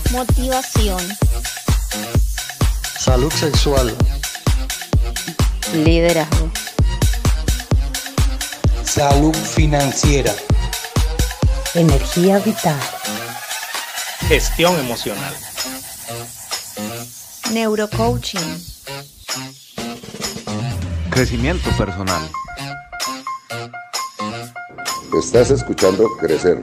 motivación, salud sexual, liderazgo, salud financiera, energía vital, gestión emocional, neurocoaching, crecimiento personal. Estás escuchando Crecer.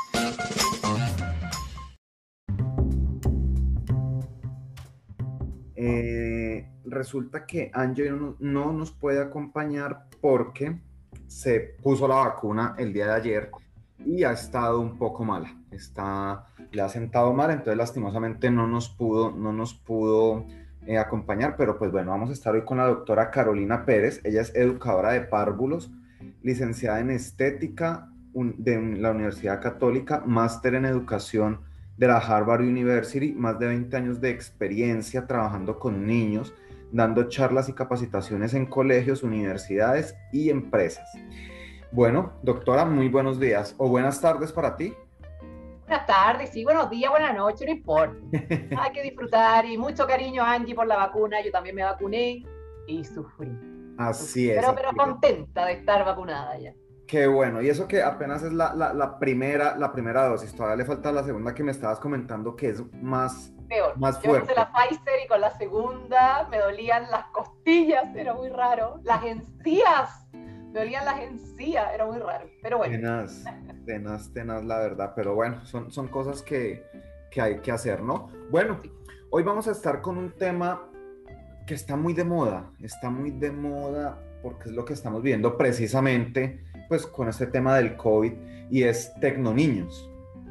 Resulta que Angie no nos puede acompañar porque se puso la vacuna el día de ayer y ha estado un poco mala. Le ha sentado mal, entonces lastimosamente no nos pudo acompañar, pero pues bueno, vamos a estar hoy con la doctora Carolina Pérez. Ella es educadora de párvulos, licenciada en estética de la Universidad Católica, máster en educación de la Harvard University, más de 20 años de experiencia trabajando con niños, dando charlas y capacitaciones en colegios, universidades y empresas. Bueno, doctora, muy buenos días o buenas tardes para ti. Buenas tardes, sí, buenos días, buenas noches, no importa. Hay que disfrutar y mucho cariño a Angie por la vacuna. Yo también me vacuné y sufrí. Así es. Pero contenta de estar vacunada ya. Qué bueno, y eso que apenas es la primera dosis, todavía le falta la segunda que me estabas comentando que es más peor. Más yo fuerte. Puse la Pfizer y con la segunda me dolían las costillas, era muy raro. Las encías, me dolían las encías, era muy raro, pero bueno. Tenaz, la verdad, pero bueno, son cosas que hay que hacer, ¿no? Bueno, hoy vamos a estar con un tema que está muy de moda porque es lo que estamos viendo precisamente pues con este tema del COVID y es tecnoniños,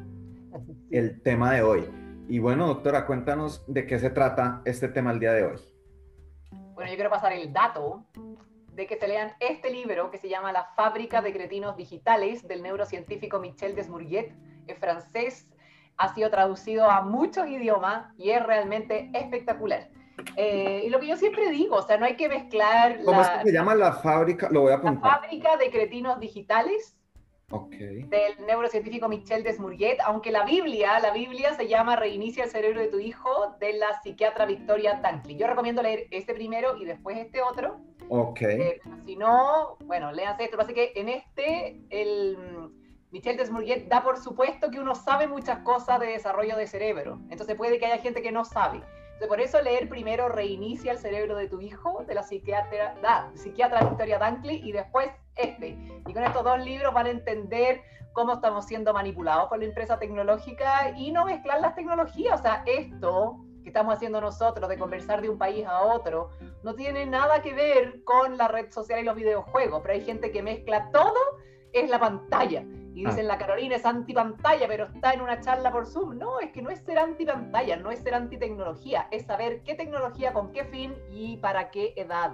el tema de hoy. Y bueno, doctora, cuéntanos de qué se trata este tema el día de hoy. Bueno, yo quiero pasar el dato de que se lean este libro que se llama La fábrica de cretinos digitales del neurocientífico Michel Desmouriez, es francés, ha sido traducido a muchos idiomas y es realmente espectacular. Y lo que yo siempre digo, o sea, no hay que mezclar... ¿Cómo es que se llama la fábrica? Lo voy a apuntar. La fábrica de cretinos digitales. Okay. Del neurocientífico Michel Desmouriez, aunque la Biblia se llama Reinicia el cerebro de tu hijo, de la psiquiatra Victoria Tankley. Yo recomiendo leer este primero y después este otro. Ok. Si no, bueno, léanse esto. Así que en el Michel Desmouriez da por supuesto que uno sabe muchas cosas de desarrollo de cerebro. Entonces puede que haya gente que no sabe. Entonces, por eso leer primero Reinicia el cerebro de tu hijo, de la psiquiatra Victoria Tankley, y después este. Y con estos dos libros van a entender cómo estamos siendo manipulados por la empresa tecnológica y no mezclar las tecnologías. O sea, esto que estamos haciendo nosotros de conversar de un país a otro no tiene nada que ver con la red social y los videojuegos, pero hay gente que mezcla todo, es la pantalla. Y dicen, la Carolina es anti-pantalla, pero está en una charla por Zoom. No, es que no es ser anti-pantalla, no es ser anti-tecnología, es saber qué tecnología, con qué fin y para qué edad.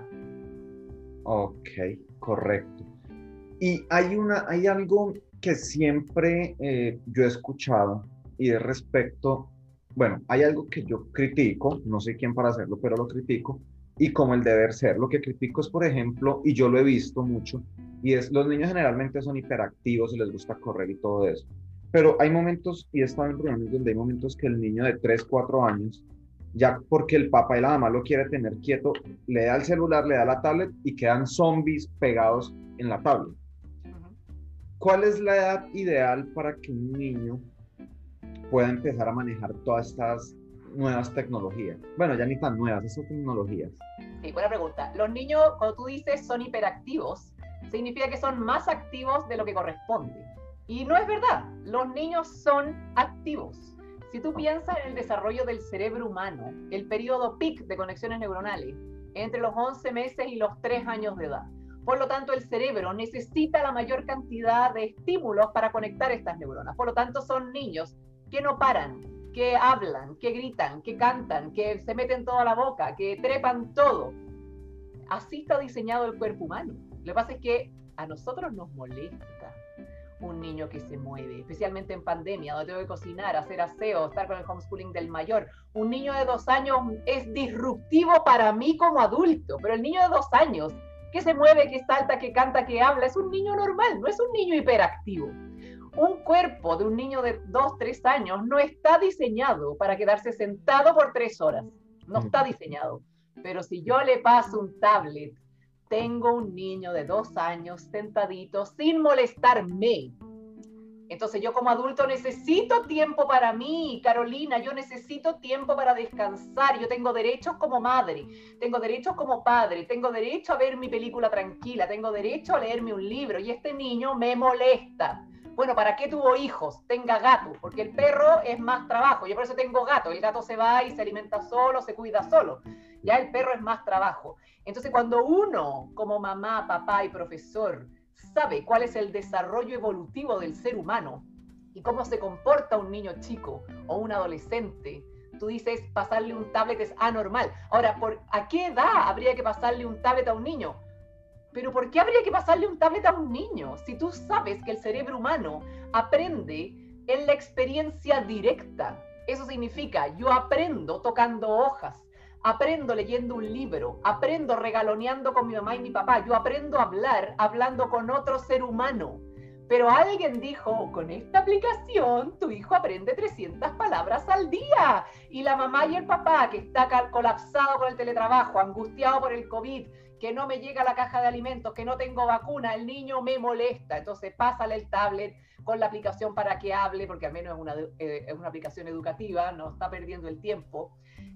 Ok, correcto. Y hay algo que siempre yo he escuchado y es respecto, bueno, hay algo que yo critico, no sé quién para hacerlo, pero lo critico, y como el deber ser. Lo que critico es, por ejemplo, y yo lo he visto mucho, y es, los niños generalmente son hiperactivos y les gusta correr y todo eso. Pero hay momentos, y he estado en reuniones donde hay momentos que el niño de 3, 4 años, ya porque el papá y la mamá lo quiere tener quieto, le da el celular, le da la tablet y quedan zombies pegados en la tablet. ¿Cuál es la edad ideal para que un niño pueda empezar a manejar todas estas nuevas tecnologías? Bueno, ya ni tan nuevas, esas tecnologías. Sí, buena pregunta. Los niños, cuando tú dices son hiperactivos, significa que son más activos de lo que corresponde. Y no es verdad, los niños son activos. Si tú piensas en el desarrollo del cerebro humano, el periodo peak de conexiones neuronales, entre los 11 meses y los 3 años de edad. Por lo tanto, el cerebro necesita la mayor cantidad de estímulos para conectar estas neuronas. Por lo tanto, son niños que no paran, que hablan, que gritan, que cantan, que se meten toda la boca, que trepan todo. Así está diseñado el cuerpo humano. Lo que pasa es que a nosotros nos molesta un niño que se mueve, especialmente en pandemia, donde tengo que cocinar, hacer aseo, estar con el homeschooling del mayor. Un niño de 2 años es disruptivo para mí como adulto, pero el niño de 2 años que se mueve, que salta, que canta, que habla, es un niño normal, no es un niño hiperactivo. Un cuerpo de un niño de 2, 3 años no está diseñado para quedarse sentado por 3 horas. No está diseñado. Pero si yo le paso un tablet, tengo un niño de 2 años sentadito sin molestarme. Entonces yo como adulto necesito tiempo para mí, Carolina, yo necesito tiempo para descansar, yo tengo derechos como madre, tengo derechos como padre, tengo derecho a ver mi película tranquila, tengo derecho a leerme un libro y este niño me molesta. Bueno, ¿para qué tuvo hijos? Tenga gato, porque el perro es más trabajo, yo por eso tengo gato, el gato se va y se alimenta solo, se cuida solo, ya el perro es más trabajo. Entonces cuando uno como mamá, papá y profesor sabe cuál es el desarrollo evolutivo del ser humano y cómo se comporta un niño chico o un adolescente, tú dices, pasarle un tablet es anormal. Ahora, ¿a qué edad habría que pasarle un tablet a un niño? Pero ¿por qué habría que pasarle un tablet a un niño? Si tú sabes que el cerebro humano aprende en la experiencia directa. Eso significa, yo aprendo tocando hojas, aprendo leyendo un libro, aprendo regaloneando con mi mamá y mi papá, yo aprendo a hablar hablando con otro ser humano. Pero alguien dijo, con esta aplicación tu hijo aprende 300 palabras al día. Y la mamá y el papá que está colapsado por el teletrabajo, angustiado por el COVID, que no me llega la caja de alimentos, que no tengo vacuna, el niño me molesta. Entonces pásale el tablet con la aplicación para que hable, porque al menos es una aplicación educativa, no está perdiendo el tiempo.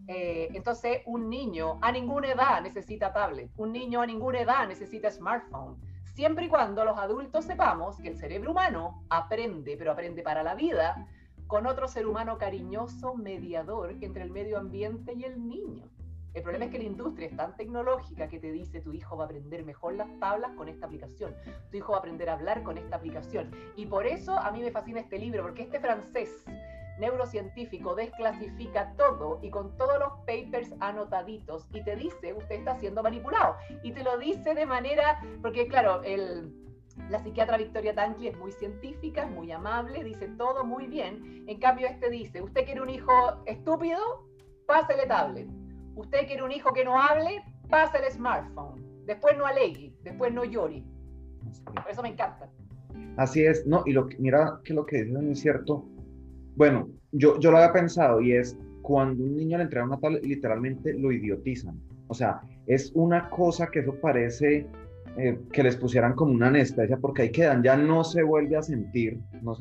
Entonces un niño a ninguna edad necesita tablet, un niño a ninguna edad necesita smartphone, siempre y cuando los adultos sepamos que el cerebro humano aprende, pero aprende para la vida, con otro ser humano cariñoso, mediador entre el medio ambiente y el niño. El problema es que la industria es tan tecnológica que te dice tu hijo va a aprender mejor las tablas con esta aplicación, tu hijo va a aprender a hablar con esta aplicación. Y por eso a mí me fascina este libro, porque este francés neurocientífico desclasifica todo y con todos los papers anotaditos y te dice, usted está siendo manipulado. Y te lo dice de manera, porque claro, la psiquiatra Victoria Tanqui es muy científica, es muy amable, dice todo muy bien. En cambio este dice, usted quiere un hijo estúpido, pásele tablet. Usted quiere un hijo que no hable, pásele smartphone. Después no alegue, después no llore. Por eso me encanta. Así es, no, y mira que lo que dices es muy cierto. Bueno, yo lo había pensado y es cuando un niño le entrega una tablet, literalmente lo idiotizan. O sea, es una cosa que eso parece que les pusieran como una anestesia porque ahí quedan, ya no se vuelve a sentir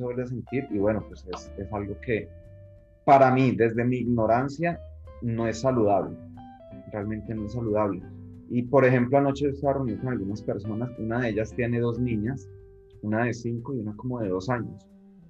y bueno, pues es algo que para mí, desde mi ignorancia, no es saludable, realmente no es saludable. Y por ejemplo, anoche estaba reunido con algunas personas, una de ellas tiene 2 niñas, una de 5 y una como de 2 años.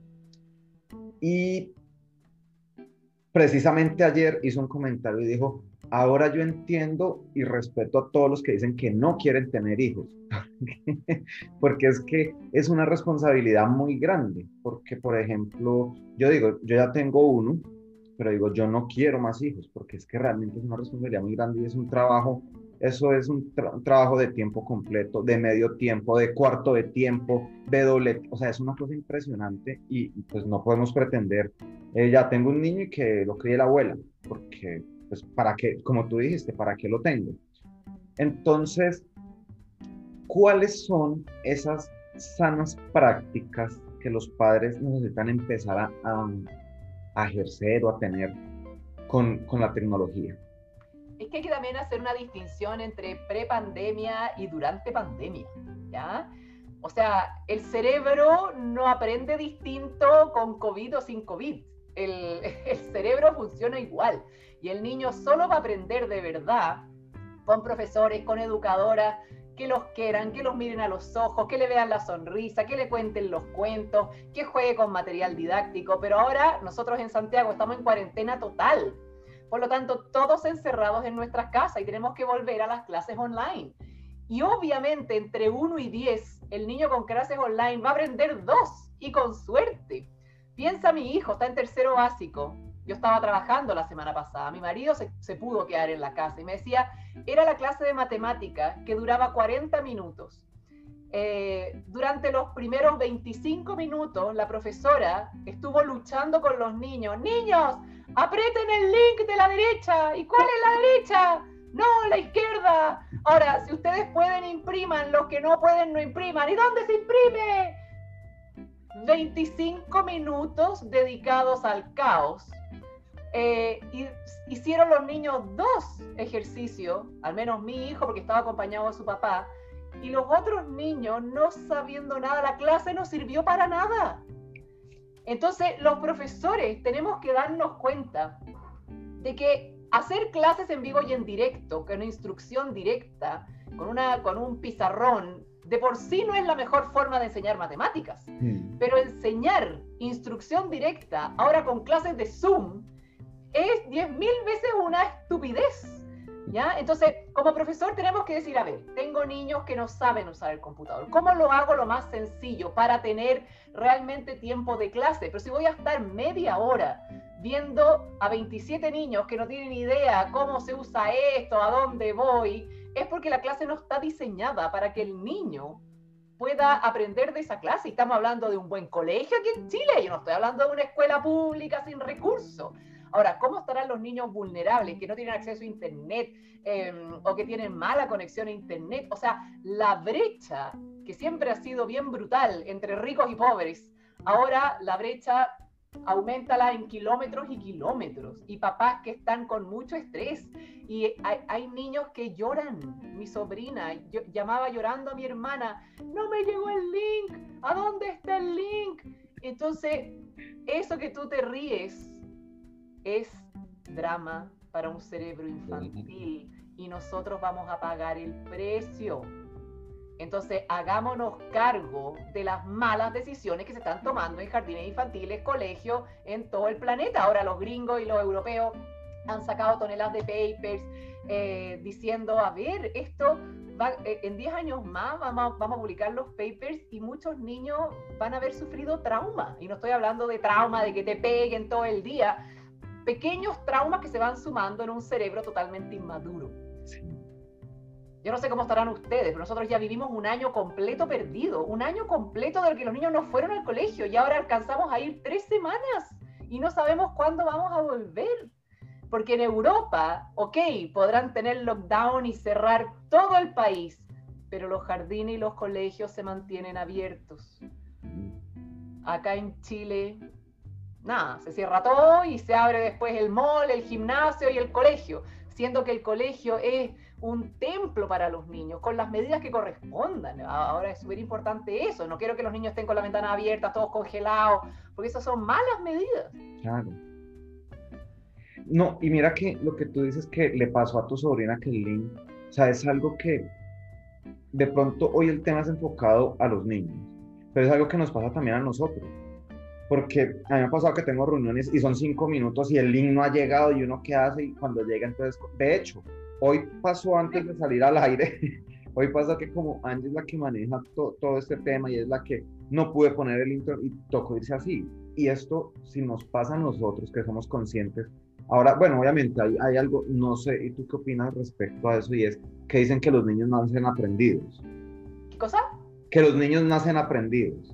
Y precisamente ayer hizo un comentario y dijo, ahora yo entiendo y respeto a todos los que dicen que no quieren tener hijos, porque es que es una responsabilidad muy grande, porque por ejemplo, yo digo, yo ya tengo uno, pero digo, yo no quiero más hijos, porque es que realmente es una responsabilidad muy grande y es un trabajo, eso es un trabajo de tiempo completo, de medio tiempo, de cuarto de tiempo, de doble, o sea, es una cosa impresionante y pues no podemos pretender, ya tengo un niño y que lo críe la abuela, porque pues para qué, como tú dijiste, ¿para qué lo tengo? Entonces, ¿cuáles son esas sanas prácticas que los padres necesitan empezar a ejercer o a tener con la tecnología? Es que hay que también hacer una distinción entre prepandemia y durante pandemia, ¿ya? O sea, el cerebro no aprende distinto con COVID o sin COVID. El cerebro funciona igual. Y el niño solo va a aprender de verdad con profesores, con educadoras, que los quieran, que los miren a los ojos, que le vean la sonrisa, que le cuenten los cuentos, que juegue con material didáctico. Pero ahora nosotros en Santiago estamos en cuarentena total. Por lo tanto, todos encerrados en nuestras casas y tenemos que volver a las clases online. Y obviamente entre 1 y 10, el niño con clases online va a aprender 2 y con suerte. Piensa mi hijo, está en tercero básico. Yo estaba trabajando la semana pasada, mi marido se pudo quedar en la casa y me decía, era la clase de matemáticas que duraba 40 minutos. Durante los primeros 25 minutos, la profesora estuvo luchando con los niños. ¡Niños, aprieten el link de la derecha! ¿Y cuál es la derecha? No, la izquierda. Ahora, si ustedes pueden, impriman. Los que no pueden, no impriman. ¿Y dónde se imprime? 25 minutos dedicados al caos. Hicieron los niños 2 ejercicios, al menos mi hijo, porque estaba acompañado de su papá, y los otros niños, no sabiendo nada, la clase no sirvió para nada. Entonces, los profesores tenemos que darnos cuenta de que hacer clases en vivo y en directo, con una instrucción directa, con un pizarrón, de por sí no es la mejor forma de enseñar matemáticas. Pero enseñar instrucción directa, ahora con clases de Zoom, es 10.000 veces una estupidez. ¿Ya? Entonces, como profesor tenemos que decir, a ver, tengo niños que no saben usar el computador. ¿Cómo lo hago lo más sencillo para tener realmente tiempo de clase? Pero si voy a estar media hora viendo a 27 niños que no tienen idea cómo se usa esto, a dónde voy, es porque la clase no está diseñada para que el niño pueda aprender de esa clase. Y estamos hablando de un buen colegio aquí en Chile, yo no estoy hablando de una escuela pública sin recursos. Ahora, ¿cómo estarán los niños vulnerables que no tienen acceso a internet o que tienen mala conexión a internet? O sea, la brecha que siempre ha sido bien brutal entre ricos y pobres, ahora la brecha auméntala en kilómetros y kilómetros, y papás que están con mucho estrés, y hay niños que lloran. Mi sobrina llamaba llorando a mi hermana, no me llegó el link, ¿a dónde está el link? Entonces, eso que tú te ríes es drama para un cerebro infantil, y nosotros vamos a pagar el precio. Entonces, hagámonos cargo de las malas decisiones que se están tomando en jardines infantiles, colegios, en todo el planeta. Ahora los gringos y los europeos han sacado toneladas de papers diciendo, a ver, esto va, en 10 años más vamos a publicar los papers y muchos niños van a haber sufrido trauma. Y no estoy hablando de trauma de que te peguen todo el día, pequeños traumas que se van sumando en un cerebro totalmente inmaduro. Sí. Yo no sé cómo estarán ustedes, pero nosotros ya vivimos un año completo perdido, un año completo del que los niños no fueron al colegio, y ahora alcanzamos a ir 3 semanas y no sabemos cuándo vamos a volver. Porque en Europa, ok, podrán tener lockdown y cerrar todo el país, pero los jardines y los colegios se mantienen abiertos. Acá en Chile, nada, se cierra todo y se abre después el mall, el gimnasio y el colegio, siendo que el colegio es un templo para los niños, con las medidas que correspondan. Ahora es súper importante eso, no quiero que los niños estén con la ventana abierta, todos congelados, porque esas son malas medidas. Claro. No, y mira que lo que tú dices que le pasó a tu sobrina Kelly, o sea, es algo que de pronto hoy el tema es enfocado a los niños, pero es algo que nos pasa también a nosotros. Porque a mí me ha pasado que tengo reuniones y son 5 minutos y el link no ha llegado y uno qué hace, y cuando llega entonces, de hecho, hoy pasó antes de salir al aire, hoy pasa que como Angie es la que maneja todo este tema y es la que no pude poner el intro y tocó irse así. Y esto, si nos pasa a nosotros que somos conscientes, ahora, bueno, obviamente hay algo, no sé, ¿y tú qué opinas respecto a eso? Y es que dicen que los niños nacen aprendidos. ¿Qué cosa? Que los niños nacen aprendidos.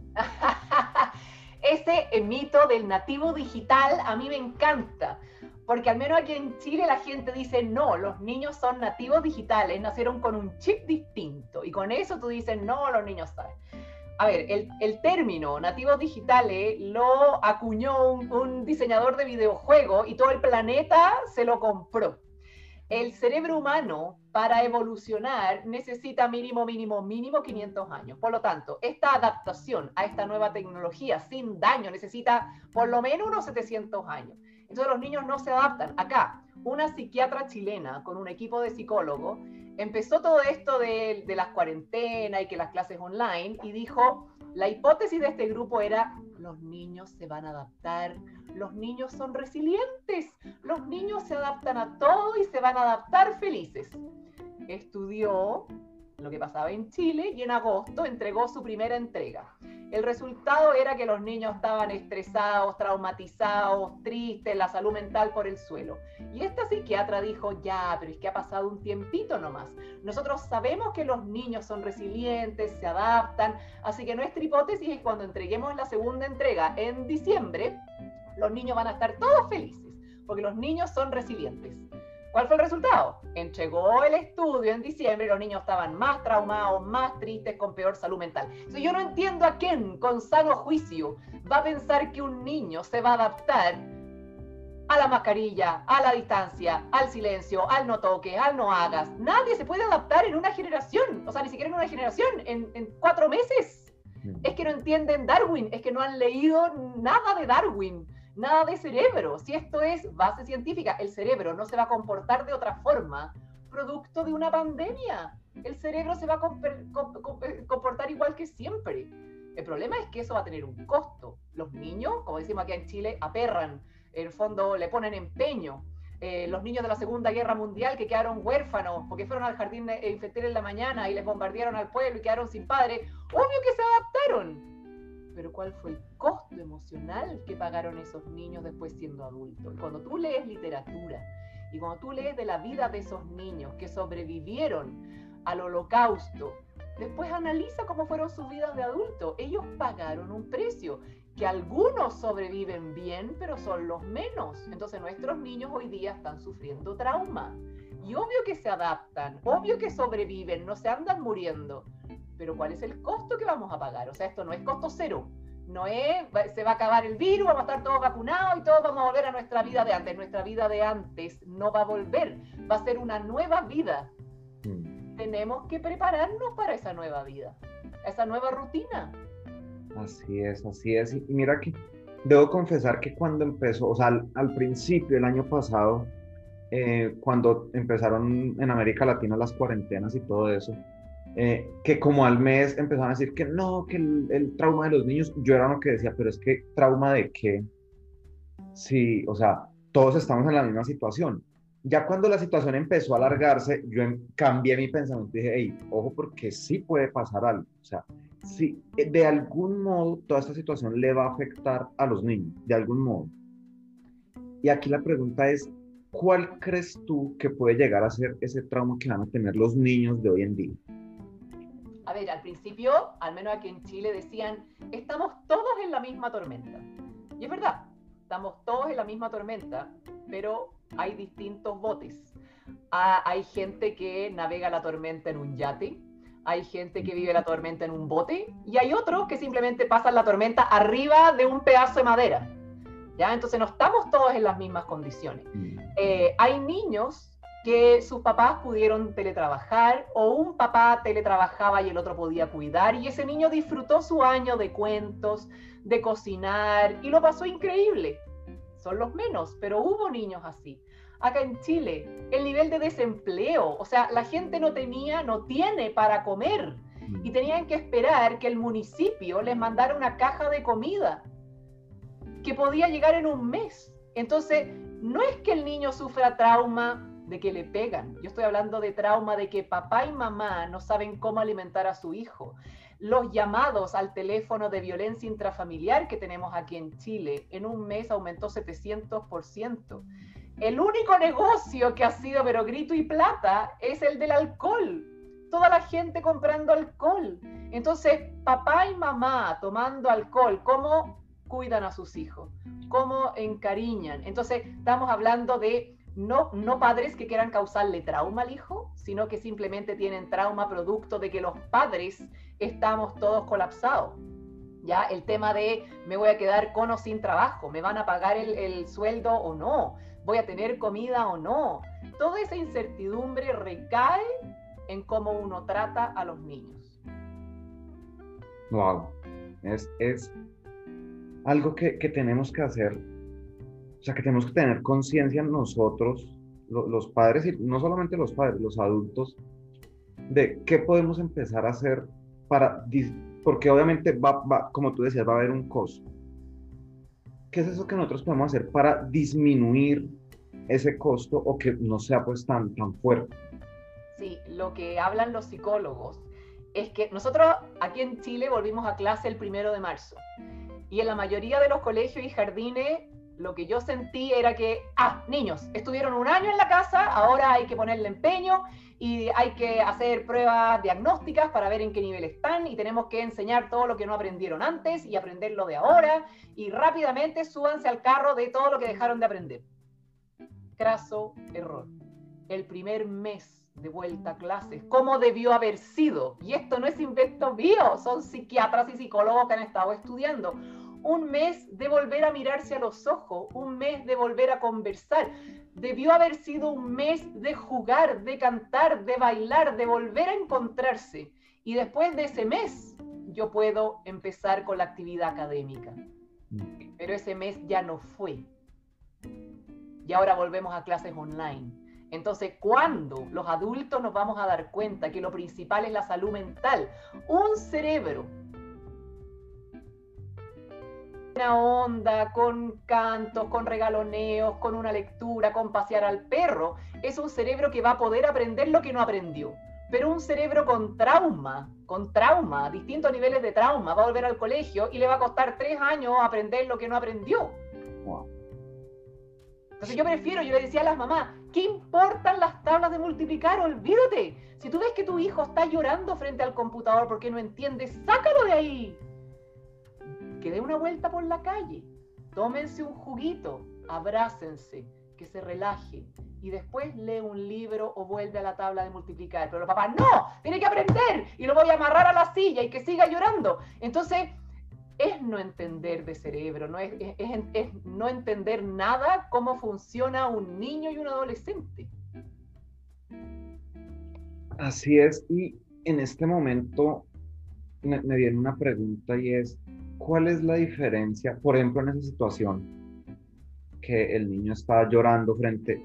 Ese mito del nativo digital a mí me encanta, porque al menos aquí en Chile la gente dice, no, los niños son nativos digitales, nacieron con un chip distinto, y con eso tú dices, no, los niños saben. A ver, el término nativos digitales lo acuñó un diseñador de videojuegos y todo el planeta se lo compró. El cerebro humano, para evolucionar, necesita mínimo 500 años. Por lo tanto, esta adaptación a esta nueva tecnología sin daño necesita por lo menos unos 700 años. Entonces los niños no se adaptan. Acá, una psiquiatra chilena con un equipo de psicólogos empezó todo esto de las cuarentenas y que las clases online y dijo, la hipótesis de este grupo era, los niños se van a adaptar, los niños son resilientes, los niños se adaptan a todo y se van a adaptar felices. Estudió lo que pasaba en Chile y en agosto entregó su primera entrega. El resultado era que los niños estaban estresados, traumatizados, tristes, la salud mental por el suelo. Y esta psiquiatra dijo, ya, pero es que ha pasado un tiempito nomás. Nosotros sabemos que los niños son resilientes, se adaptan, así que nuestra hipótesis es que cuando entreguemos la segunda entrega en diciembre, los niños van a estar todos felices, porque los niños son resilientes. ¿Cuál fue el resultado? Entregó el estudio en diciembre y los niños estaban más traumados, más tristes, con peor salud mental. Entonces, yo no entiendo a quién, con sano juicio, va a pensar que un niño se va a adaptar a la mascarilla, a la distancia, al silencio, al no toques, al no hagas. Nadie se puede adaptar en una generación, o sea, ni siquiera en una generación, en 4 meses. Es que no entienden Darwin, es que no han leído nada de Darwin, nada de cerebro. Si esto es base científica, el cerebro no se va a comportar de otra forma producto de una pandemia. El cerebro se va a comportar igual que siempre. El problema es que eso va a tener un costo. Los niños, como decimos aquí en Chile, aperran. En el fondo le ponen empeño. Los niños de la Segunda Guerra Mundial que quedaron huérfanos porque fueron al jardín infantil en la mañana y les bombardearon al pueblo y quedaron sin padre, obvio que se adaptaron. Pero ¿cuál fue el costo emocional que pagaron esos niños después siendo adultos? Y cuando tú lees literatura y cuando tú lees de la vida de esos niños que sobrevivieron al Holocausto, después analiza cómo fueron sus vidas de adultos. Ellos pagaron un precio. Que algunos sobreviven bien, pero son los menos. Entonces nuestros niños hoy día están sufriendo trauma. Y obvio que se adaptan, obvio que sobreviven, no se andan muriendo. Pero ¿cuál es el costo que vamos a pagar? O sea, esto no es costo cero. No es, se va a acabar el virus, vamos a estar todos vacunados y todos vamos a volver a nuestra vida de antes. Nuestra vida de antes no va a volver, va a ser una nueva vida. Tenemos que prepararnos para esa nueva vida, esa nueva rutina. Así es, así es. Y mira que debo confesar que cuando empezó, o sea, al principio, el año pasado, cuando empezaron en América Latina las cuarentenas y todo eso, que como al mes empezaron a decir que no, que el trauma de los niños, yo era lo que decía, pero es que ¿trauma de qué? Sí, o sea, todos estamos en la misma situación. Ya cuando la situación empezó a alargarse, yo cambié mi pensamiento y dije, hey, ojo, porque sí puede pasar algo. O sea, sí, de algún modo toda esta situación le va a afectar a los niños, de algún modo. Y aquí la pregunta es, ¿cuál crees tú que puede llegar a ser ese trauma que van a tener los niños de hoy en día? A ver, al principio, al menos aquí en Chile, decían, estamos todos en la misma tormenta. Y es verdad, estamos todos en la misma tormenta, pero hay distintos botes. Hay gente que navega la tormenta en un yate, hay gente que vive la tormenta en un bote, y hay otros que simplemente pasan la tormenta arriba de un pedazo de madera. ¿Ya? Entonces no estamos todos en las mismas condiciones. Hay niños que sus papás pudieron teletrabajar, o un papá teletrabajaba y el otro podía cuidar, y ese niño disfrutó su año de cuentos, de cocinar, y lo pasó increíble. Son los menos, pero hubo niños así. Acá en Chile, el nivel de desempleo, o sea, la gente no tiene para comer, y tenían que esperar que el municipio les mandara una caja de comida, que podía llegar en un mes. Entonces, no es que el niño sufra trauma de que le pegan, yo estoy hablando de trauma de que papá y mamá no saben cómo alimentar a su hijo. Los llamados al teléfono de violencia intrafamiliar que tenemos aquí en Chile, en un mes aumentó 700%. El único negocio que ha sido pero grito y plata es el del alcohol. Toda la gente comprando alcohol. Entonces, papá y mamá tomando alcohol, ¿cómo cuidan a sus hijos? ¿Cómo encariñan? Entonces, estamos hablando de no padres que quieran causarle trauma al hijo, sino que simplemente tienen trauma producto de que los padres estamos todos colapsados. Ya el tema de me voy a quedar con o sin trabajo, me van a pagar el sueldo o no, voy a tener comida o no. Toda esa incertidumbre recae en cómo uno trata a los niños. Wow, es algo que tenemos que hacer. O sea, que tenemos que tener conciencia nosotros, los padres, y no solamente los padres, los adultos, de qué podemos empezar a hacer porque obviamente como tú decías, va a haber un costo. ¿Qué es eso que nosotros podemos hacer para disminuir ese costo o que no sea pues tan fuerte? Sí, lo que hablan los psicólogos es que nosotros aquí en Chile volvimos a clase el 1 de marzo y en la mayoría de los colegios y jardines lo que yo sentí era que, niños, estuvieron un año en la casa, ahora hay que ponerle empeño y hay que hacer pruebas diagnósticas para ver en qué nivel están y tenemos que enseñar todo lo que no aprendieron antes y aprenderlo de ahora y rápidamente súbanse al carro de todo lo que dejaron de aprender. Craso error. el primer mes de vuelta a clases, cómo debió haber sido. Y esto no es invento mío, son psiquiatras y psicólogos que han estado estudiando. Un mes de volver a mirarse a los ojos, un mes de volver a conversar. Debió haber sido un mes de jugar, de cantar, de bailar, de volver a encontrarse. Y después de ese mes, yo puedo empezar con la actividad académica. Pero ese mes ya no fue. Y ahora volvemos a clases online. Entonces, ¿cuándo los adultos nos vamos a dar cuenta que lo principal es la salud mental? Un cerebro, una onda, con cantos, con regaloneos, con una lectura, con pasear al perro, es un cerebro que va a poder aprender lo que no aprendió. Pero un cerebro con trauma, distintos niveles de trauma, va a volver al colegio y le va a costar 3 años aprender lo que no aprendió. Wow. Entonces yo le decía a las mamás, ¿qué importan las tablas de multiplicar? Olvídate. Si tú ves que tu hijo está llorando frente al computador porque no entiende, sácalo de ahí. Que dé una vuelta por la calle, tómense un juguito, abrácense, que se relaje y después lee un libro o vuelve a la tabla de multiplicar. Pero los papás, no, tiene que aprender y lo voy a amarrar a la silla y que siga llorando. Entonces, es no entender de cerebro, es no entender nada cómo funciona un niño y un adolescente. Así es, y en este momento me viene una pregunta y es, ¿cuál es la diferencia, por ejemplo, en esa situación que el niño está llorando frente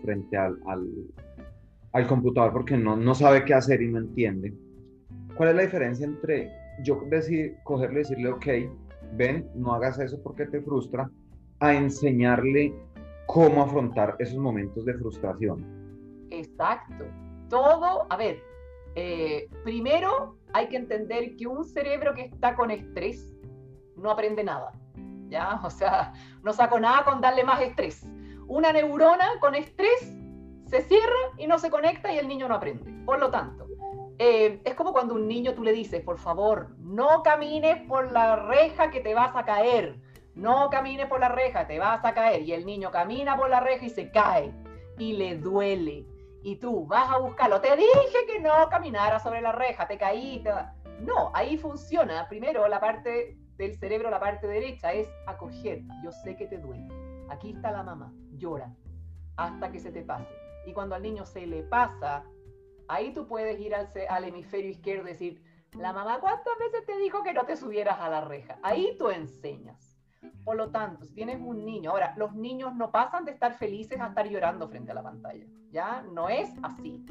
al computador porque no sabe qué hacer y no entiende? ¿Cuál es la diferencia entre yo cogerle y decirle, ok, ven, no hagas eso porque te frustra, a enseñarle cómo afrontar esos momentos de frustración? Exacto. Todo, a ver, primero hay que entender que un cerebro que está con estrés no aprende nada, ¿ya? O sea, no saco nada con darle más estrés. Una neurona con estrés se cierra y no se conecta y el niño no aprende. Por lo tanto, es como cuando a un niño tú le dices, por favor, no camines por la reja que te vas a caer. No camines por la reja, te vas a caer. Y el niño camina por la reja y se cae. Y le duele. Y tú vas a buscarlo. Te dije que no caminaras sobre la reja, te caíste. No, ahí funciona. Primero, la parte del cerebro, la parte derecha, es acoger. Yo sé que te duele. Aquí está la mamá. Llora hasta que se te pase. Y cuando al niño se le pasa, ahí tú puedes ir al hemisferio izquierdo y decir, la mamá, ¿cuántas veces te dijo que no te subieras a la reja? Ahí tú enseñas. Por lo tanto, si tienes un niño, ahora, los niños no pasan de estar felices a estar llorando frente a la pantalla, ¿ya? No es así.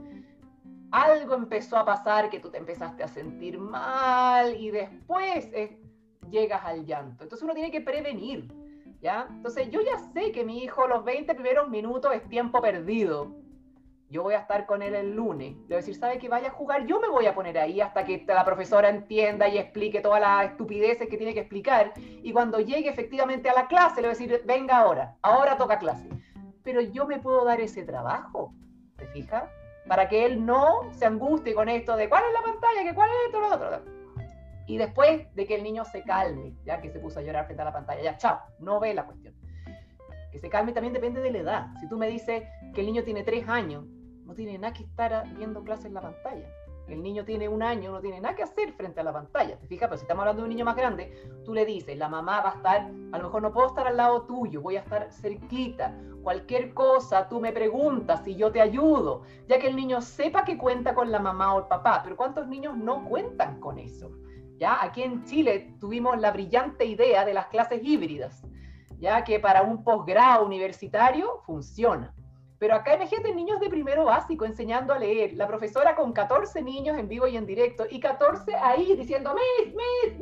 Algo empezó a pasar que tú te empezaste a sentir mal y después llegas al llanto. Entonces uno tiene que prevenir, ¿ya? Entonces yo ya sé que mi hijo los 20 primeros minutos es tiempo perdido. Yo voy a estar con él el lunes. Le voy a decir, ¿sabe que vaya a jugar? Yo me voy a poner ahí hasta que la profesora entienda y explique todas las estupideces que tiene que explicar. Y cuando llegue efectivamente a la clase, le voy a decir, venga ahora toca clase. Pero yo me puedo dar ese trabajo, ¿te fijas? Para que él no se angustie con esto de cuál es la pantalla, que cuál es esto, lo otro. Y después de que el niño se calme, ya que se puso a llorar frente a la pantalla, ya, chao, no ve la cuestión. Que se calme también depende de la edad. Si tú me dices que el niño tiene 3 años, no tiene nada que estar viendo clases en la pantalla. El niño tiene 1 año, no tiene nada que hacer frente a la pantalla. ¿Te fijas? Pero si estamos hablando de un niño más grande, tú le dices, la mamá va a estar, a lo mejor no puedo estar al lado tuyo, voy a estar cerquita. Cualquier cosa, tú me preguntas y yo te ayudo. Ya que el niño sepa que cuenta con la mamá o el papá. Pero ¿cuántos niños no cuentan con eso? ¿Ya? Aquí en Chile tuvimos la brillante idea de las clases híbridas, ya que para un posgrado universitario funciona. Pero acá imagínate niños de primero básico enseñando a leer, la profesora con 14 niños en vivo y en directo, y 14 ahí diciendo, miss,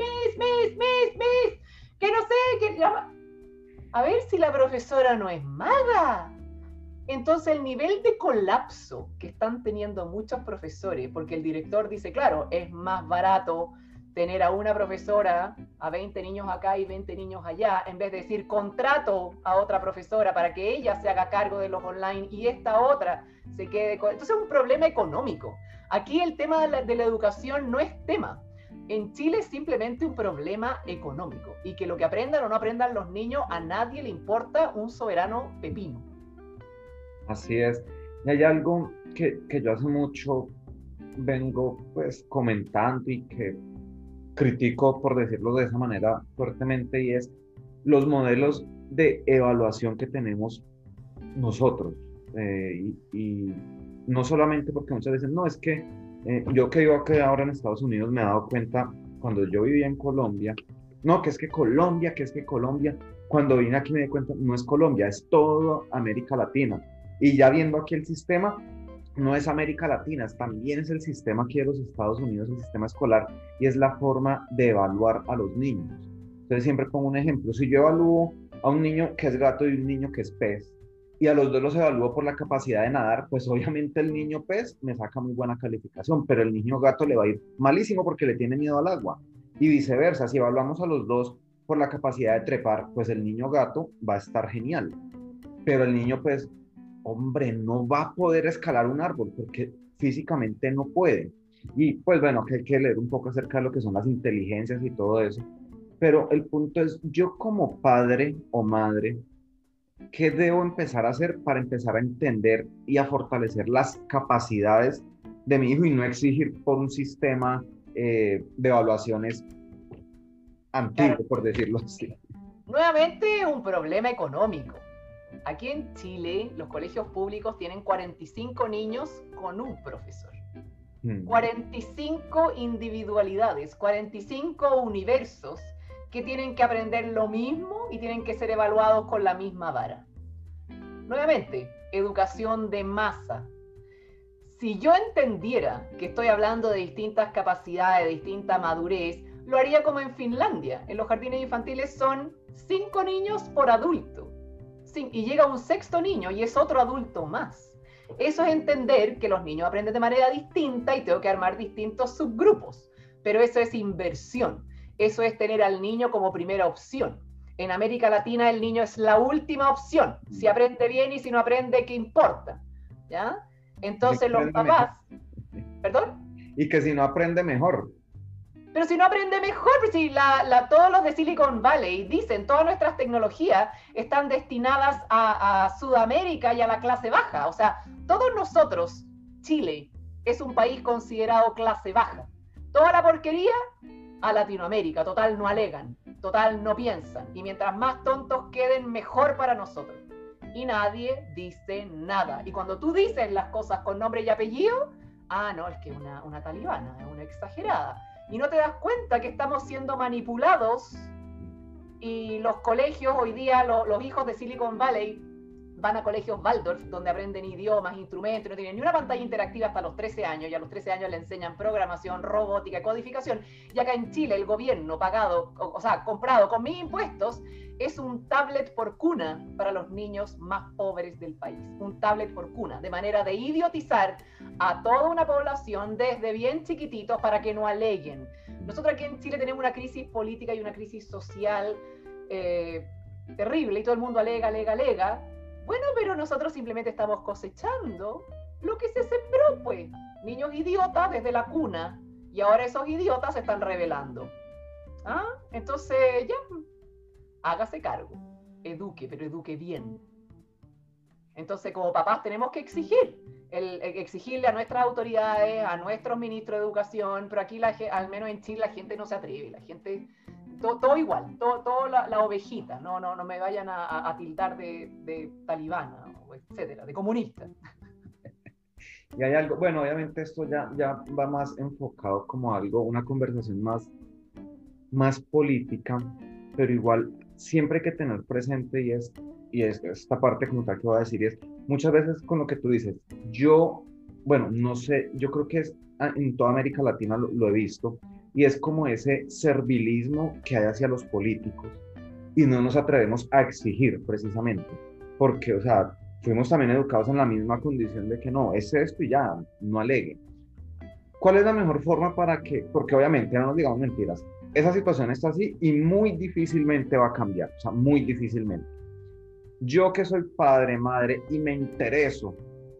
que no sé, que... A ver si la profesora no es maga. Entonces el nivel de colapso que están teniendo muchos profesores, porque el director dice, claro, es más barato tener a una profesora, a 20 niños acá y 20 niños allá, en vez de decir contrato a otra profesora para que ella se haga cargo de los online y esta otra se quede con... Entonces es un problema económico. Aquí el tema de la educación no es tema. En Chile es simplemente un problema económico y que lo que aprendan o no aprendan los niños, a nadie le importa un soberano pepino. Así es. Y hay algo que yo hace mucho vengo pues comentando y que critico, por decirlo de esa manera fuertemente, y es los modelos de evaluación que tenemos nosotros. Y no solamente porque muchas veces, no, es que yo que vivo aquí ahora en Estados Unidos me he dado cuenta, cuando yo vivía en Colombia, no, que es que Colombia, cuando vine aquí me di cuenta, no es Colombia, es toda América Latina. Y ya viendo aquí el sistema, no es América Latina, también es el sistema aquí de los Estados Unidos, el sistema escolar, y es la forma de evaluar a los niños. Entonces siempre pongo un ejemplo, si yo evalúo a un niño que es gato y un niño que es pez, y a los dos los evalúo por la capacidad de nadar, pues obviamente el niño pez me saca muy buena calificación, pero el niño gato le va a ir malísimo porque le tiene miedo al agua. Y viceversa, si evaluamos a los dos por la capacidad de trepar, pues el niño gato va a estar genial. Pero el niño pez, hombre, no va a poder escalar un árbol porque físicamente no puede. Y pues bueno, que hay que leer un poco acerca de lo que son las inteligencias y todo eso. Pero el punto es, yo como padre o madre, ¿qué debo empezar a hacer para empezar a entender y a fortalecer las capacidades de mi hijo y no exigir por un sistema de evaluaciones antiguo, Claro. por decirlo así? Nuevamente, un problema económico. Aquí en Chile, los colegios públicos tienen 45 niños con un profesor. 45 individualidades, 45 universos que tienen que aprender lo mismo y tienen que ser evaluados con la misma vara. Nuevamente, educación de masa. Si yo entendiera que estoy hablando de distintas capacidades, de distinta madurez, lo haría como en Finlandia. En los jardines infantiles son 5 niños por adulto. Y llega un sexto niño y es otro adulto más. Eso es entender que los niños aprenden de manera distinta y tengo que armar distintos subgrupos. Pero eso es inversión. Eso es tener al niño como primera opción. En América Latina el niño es la última opción. Si aprende bien y si no aprende, ¿qué importa? ¿Ya? Entonces los papás... ¿Perdón? Y que si no aprende mejor. Pero si no aprende mejor, pues si todos los de Silicon Valley dicen, todas nuestras tecnologías están destinadas a Sudamérica y a la clase baja. O sea, todos nosotros, Chile, es un país considerado clase baja. Toda la porquería a Latinoamérica, total no alegan, total no piensan. Y mientras más tontos queden, mejor para nosotros. Y nadie dice nada. Y cuando tú dices las cosas con nombre y apellido, no, es que una talibana, es una exagerada. Y no te das cuenta que estamos siendo manipulados y los colegios hoy día, los hijos de Silicon Valley van a colegios Waldorf donde aprenden idiomas, instrumentos, no tienen ni una pantalla interactiva hasta los 13 años y a los 13 años le enseñan programación, robótica, codificación. Y acá en Chile el gobierno pagado, o sea, comprado con mis impuestos, es un tablet por cuna para los niños más pobres del país. Un tablet por cuna, de manera de idiotizar a toda una población desde bien chiquititos para que no aleguen. Nosotros aquí en Chile tenemos una crisis política y una crisis social terrible y todo el mundo alega. Bueno, pero nosotros simplemente estamos cosechando lo que se sembró, pues. Niños idiotas desde la cuna y ahora esos idiotas se están rebelando. Entonces, ya... hágase cargo, eduque, pero eduque bien. Entonces, como papás tenemos que exigirle a nuestras autoridades, a nuestros ministros de educación, pero aquí, al menos en Chile, la gente no se atreve, la gente, todo igual, todo la ovejita, no me vayan a tildar de talibana, etcétera, de comunista. Y hay algo, bueno, obviamente esto ya va más enfocado como algo, una conversación más política, pero igual siempre hay que tener presente y es esta parte como tal que voy a decir, es muchas veces con lo que tú dices, no sé, yo creo que es en toda América Latina lo he visto, y es como ese servilismo que hay hacia los políticos y no nos atrevemos a exigir precisamente, porque, o sea, fuimos también educados en la misma condición de que no, es esto y ya, no aleguen. ¿Cuál es la mejor forma porque obviamente no nos digamos mentiras, esa situación está así y muy difícilmente va a cambiar, o sea, muy difícilmente. Yo que soy padre, madre y me intereso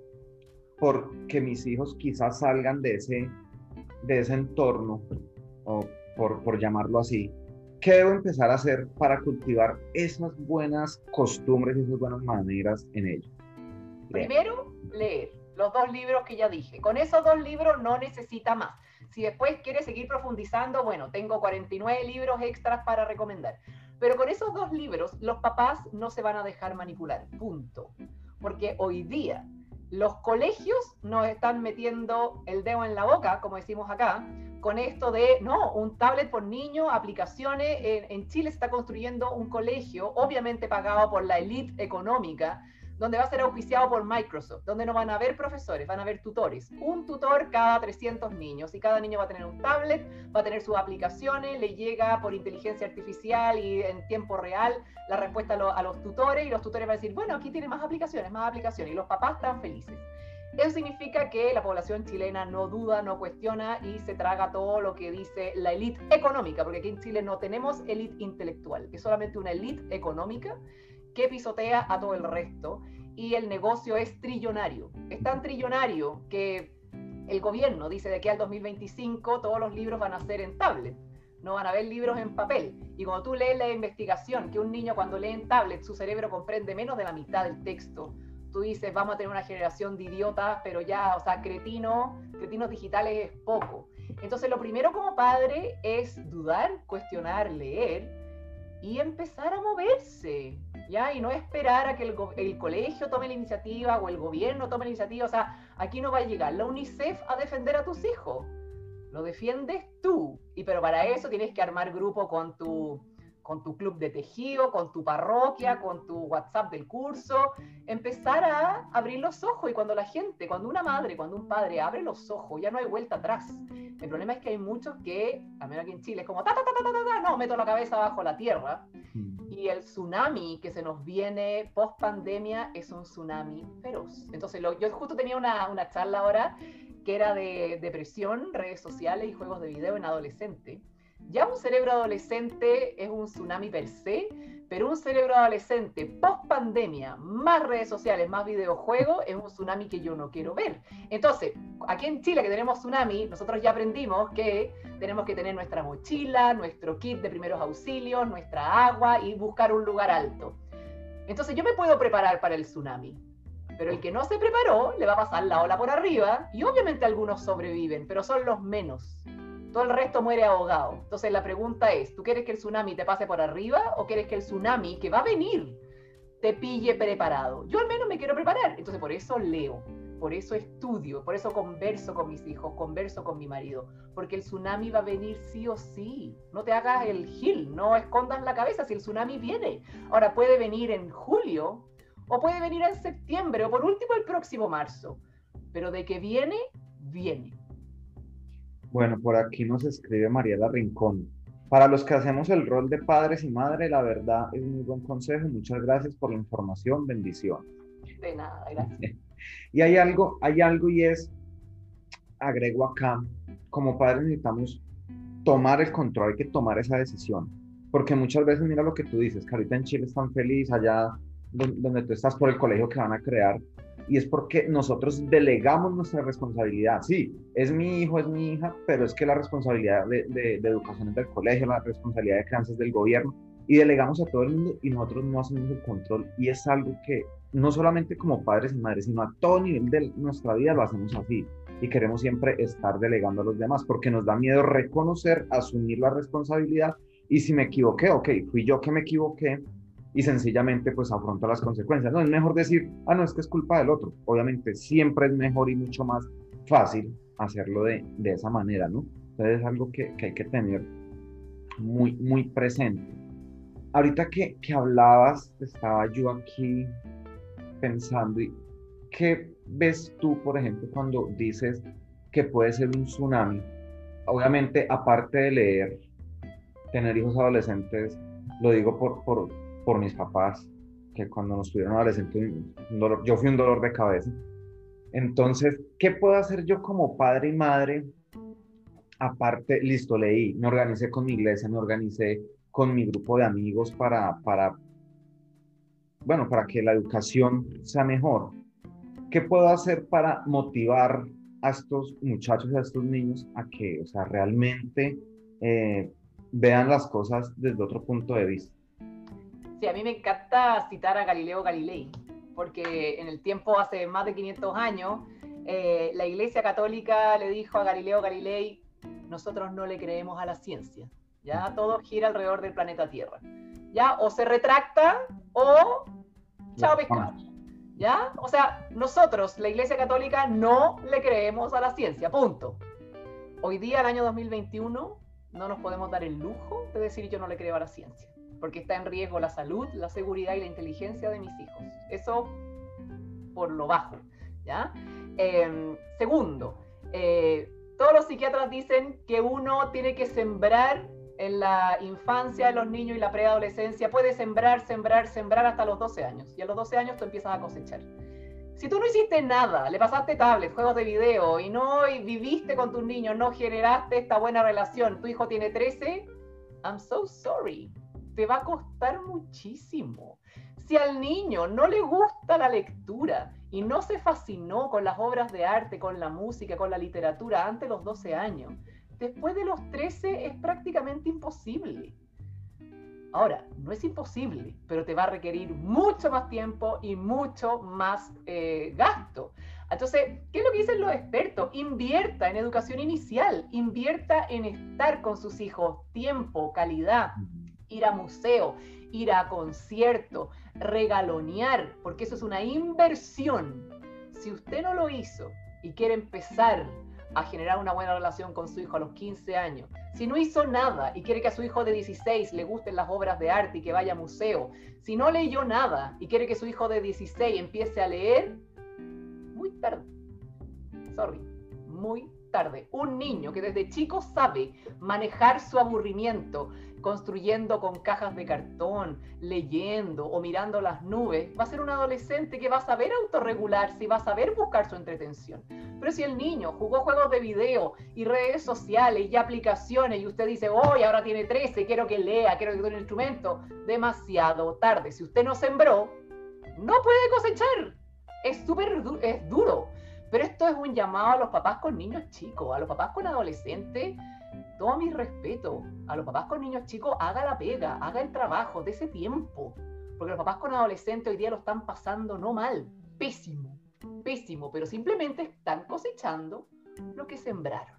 por que mis hijos quizás salgan de ese entorno, o por llamarlo así, ¿qué debo empezar a hacer para cultivar esas buenas costumbres y esas buenas maneras en ellos? Primero, leer los 2 libros que ya dije. Con esos 2 libros no necesita más. Si después quiere seguir profundizando, bueno, tengo 49 libros extras para recomendar. Pero con esos 2 libros, los papás no se van a dejar manipular, punto. Porque hoy día los colegios nos están metiendo el dedo en la boca, como decimos acá, con esto de, no, un tablet por niño, aplicaciones. En Chile se está construyendo un colegio, obviamente pagado por la élite económica, donde va a ser auspiciado por Microsoft, donde no van a haber profesores, van a haber tutores. Un tutor cada 300 niños, y cada niño va a tener un tablet, va a tener sus aplicaciones, le llega por inteligencia artificial y en tiempo real la respuesta a los tutores, y los tutores van a decir, bueno, aquí tiene más aplicaciones, y los papás están felices. Eso significa que la población chilena no duda, no cuestiona y se traga todo lo que dice la élite económica, porque aquí en Chile no tenemos élite intelectual, es solamente una élite económica que pisotea a todo el resto, y el negocio es trillonario. Es tan trillonario que el gobierno dice de que al 2025 todos los libros van a ser en tablet, no van a haber libros en papel. Y cuando tú lees la investigación, que un niño cuando lee en tablet, su cerebro comprende menos de la mitad del texto, tú dices, vamos a tener una generación de idiotas, pero ya, o sea, cretinos digitales es poco. Entonces, lo primero como padre es dudar, cuestionar, leer y empezar a moverse, ¿ya? Y no esperar a que el colegio tome la iniciativa o el gobierno tome la iniciativa. O sea, aquí no va a llegar la UNICEF a defender a tus hijos. Lo defiendes tú. Pero para eso tienes que armar grupo con tu club de tejido, con tu parroquia, con tu WhatsApp del curso, empezar a abrir los ojos. Y cuando una madre, cuando un padre abre los ojos, ya no hay vuelta atrás. El problema es que hay muchos que, al menos aquí en Chile, es como no, meto la cabeza bajo la tierra. Y el tsunami que se nos viene post pandemia es un tsunami feroz. Entonces, yo justo tenía una charla ahora que era de depresión, redes sociales y juegos de video en adolescente. Ya un cerebro adolescente es un tsunami per se, pero un cerebro adolescente post pandemia, más redes sociales, más videojuegos, es un tsunami que yo no quiero ver. Entonces, aquí en Chile que tenemos tsunami, nosotros ya aprendimos que tenemos que tener nuestra mochila, nuestro kit de primeros auxilios, nuestra agua y buscar un lugar alto. Entonces yo me puedo preparar para el tsunami, pero el que no se preparó le va a pasar la ola por arriba y obviamente algunos sobreviven, pero son los menos. Todo el resto muere ahogado. Entonces la pregunta es, ¿tú quieres que el tsunami te pase por arriba o quieres que el tsunami que va a venir te pille preparado? Yo al menos me quiero preparar. Entonces por eso leo, por eso estudio, por eso converso con mis hijos, converso con mi marido, porque el tsunami va a venir sí o sí. No te hagas el gil, no escondas la cabeza si el tsunami viene. Ahora puede venir en julio o puede venir en septiembre o por último el próximo marzo. Pero de que viene, viene. Bueno, por aquí nos escribe Mariela Rincón. Para los que hacemos el rol de padres y madres, la verdad es un muy buen consejo. Muchas gracias por la información. Bendiciones. De nada, gracias. Y hay algo y es, agrego acá, como padres necesitamos tomar el control, hay que tomar esa decisión. Porque muchas veces, mira lo que tú dices, que ahorita en Chile están felices, allá donde tú estás por el colegio que van a crear, y es porque nosotros delegamos nuestra responsabilidad. Sí, es mi hijo, es mi hija, pero es que la responsabilidad de educación es del colegio, la responsabilidad de crianza es del gobierno, y delegamos a todo el mundo y nosotros no hacemos el control, y es algo que no solamente como padres y madres, sino a todo nivel de nuestra vida lo hacemos así, y queremos siempre estar delegando a los demás, porque nos da miedo reconocer, asumir la responsabilidad, y si me equivoqué, ok, fui yo que me equivoqué, y sencillamente pues afronta las consecuencias. No es mejor decir, no, es que es culpa del otro. Obviamente siempre es mejor y mucho más fácil hacerlo de esa manera, ¿no? Entonces es algo que hay que tener muy, muy presente. Ahorita que hablabas, estaba yo aquí pensando, y ¿qué ves tú, por ejemplo, cuando dices que puede ser un tsunami? Obviamente, aparte de leer, tener hijos adolescentes, lo digo por mis papás, que cuando nos tuvieron adolescentes, yo fui un dolor de cabeza. Entonces, ¿qué puedo hacer yo como padre y madre? Aparte, listo, leí, me organicé con mi iglesia, me organicé con mi grupo de amigos para que la educación sea mejor. ¿Qué puedo hacer para motivar a estos muchachos, a estos niños, a que, realmente vean las cosas desde otro punto de vista? Sí, a mí me encanta citar a Galileo Galilei, porque en el tiempo, hace más de 500 años, la Iglesia Católica le dijo a Galileo Galilei: nosotros no le creemos a la ciencia, ya todo gira alrededor del planeta Tierra, ya o se retracta o chao pescado, ya, o sea, nosotros, la Iglesia Católica, no le creemos a la ciencia, punto. Hoy día, el año 2021, no nos podemos dar el lujo de decir yo no le creo a la ciencia, porque está en riesgo la salud, la seguridad y la inteligencia de mis hijos. Eso por lo bajo, ¿ya? Segundo, todos los psiquiatras dicen que uno tiene que sembrar en la infancia, en los niños y la preadolescencia. Puede sembrar hasta los 12 años. Y a los 12 años tú empiezas a cosechar. Si tú no hiciste nada, le pasaste tablet, juegos de video, y viviste con tus niños, no generaste esta buena relación, tu hijo tiene 13, I'm so sorry. Te va a costar muchísimo. Si al niño no le gusta la lectura y no se fascinó con las obras de arte, con la música, con la literatura antes de los 12 años, después de los 13 es prácticamente imposible. Ahora, no es imposible, pero te va a requerir mucho más tiempo y mucho más gasto. Entonces, ¿qué es lo que dicen los expertos? Invierta en educación inicial, invierta en estar con sus hijos, tiempo, calidad, ir a museo, ir a concierto, regalonear, porque eso es una inversión. Si usted no lo hizo y quiere empezar a generar una buena relación con su hijo a los 15 años, si no hizo nada y quiere que a su hijo de 16 le gusten las obras de arte y que vaya a museo, si no leyó nada y quiere que su hijo de 16 empiece a leer, muy tarde. Sorry, muy tarde. Un niño que desde chico sabe manejar su aburrimiento, construyendo con cajas de cartón, leyendo o mirando las nubes, va a ser un adolescente que va a saber autorregularse y va a saber buscar su entretención. Pero si el niño jugó juegos de video y redes sociales y aplicaciones y usted dice, hoy ahora tiene 13, quiero que lea, quiero que toque un instrumento, demasiado tarde. Si usted no sembró, no puede cosechar. Es duro. Pero esto es un llamado a los papás con niños chicos, a los papás con adolescentes. Todo mi respeto. A los papás con niños chicos, haga la pega, haga el trabajo, de ese tiempo. Porque los papás con adolescentes hoy día lo están pasando no mal, pésimo, pero simplemente están cosechando lo que sembraron.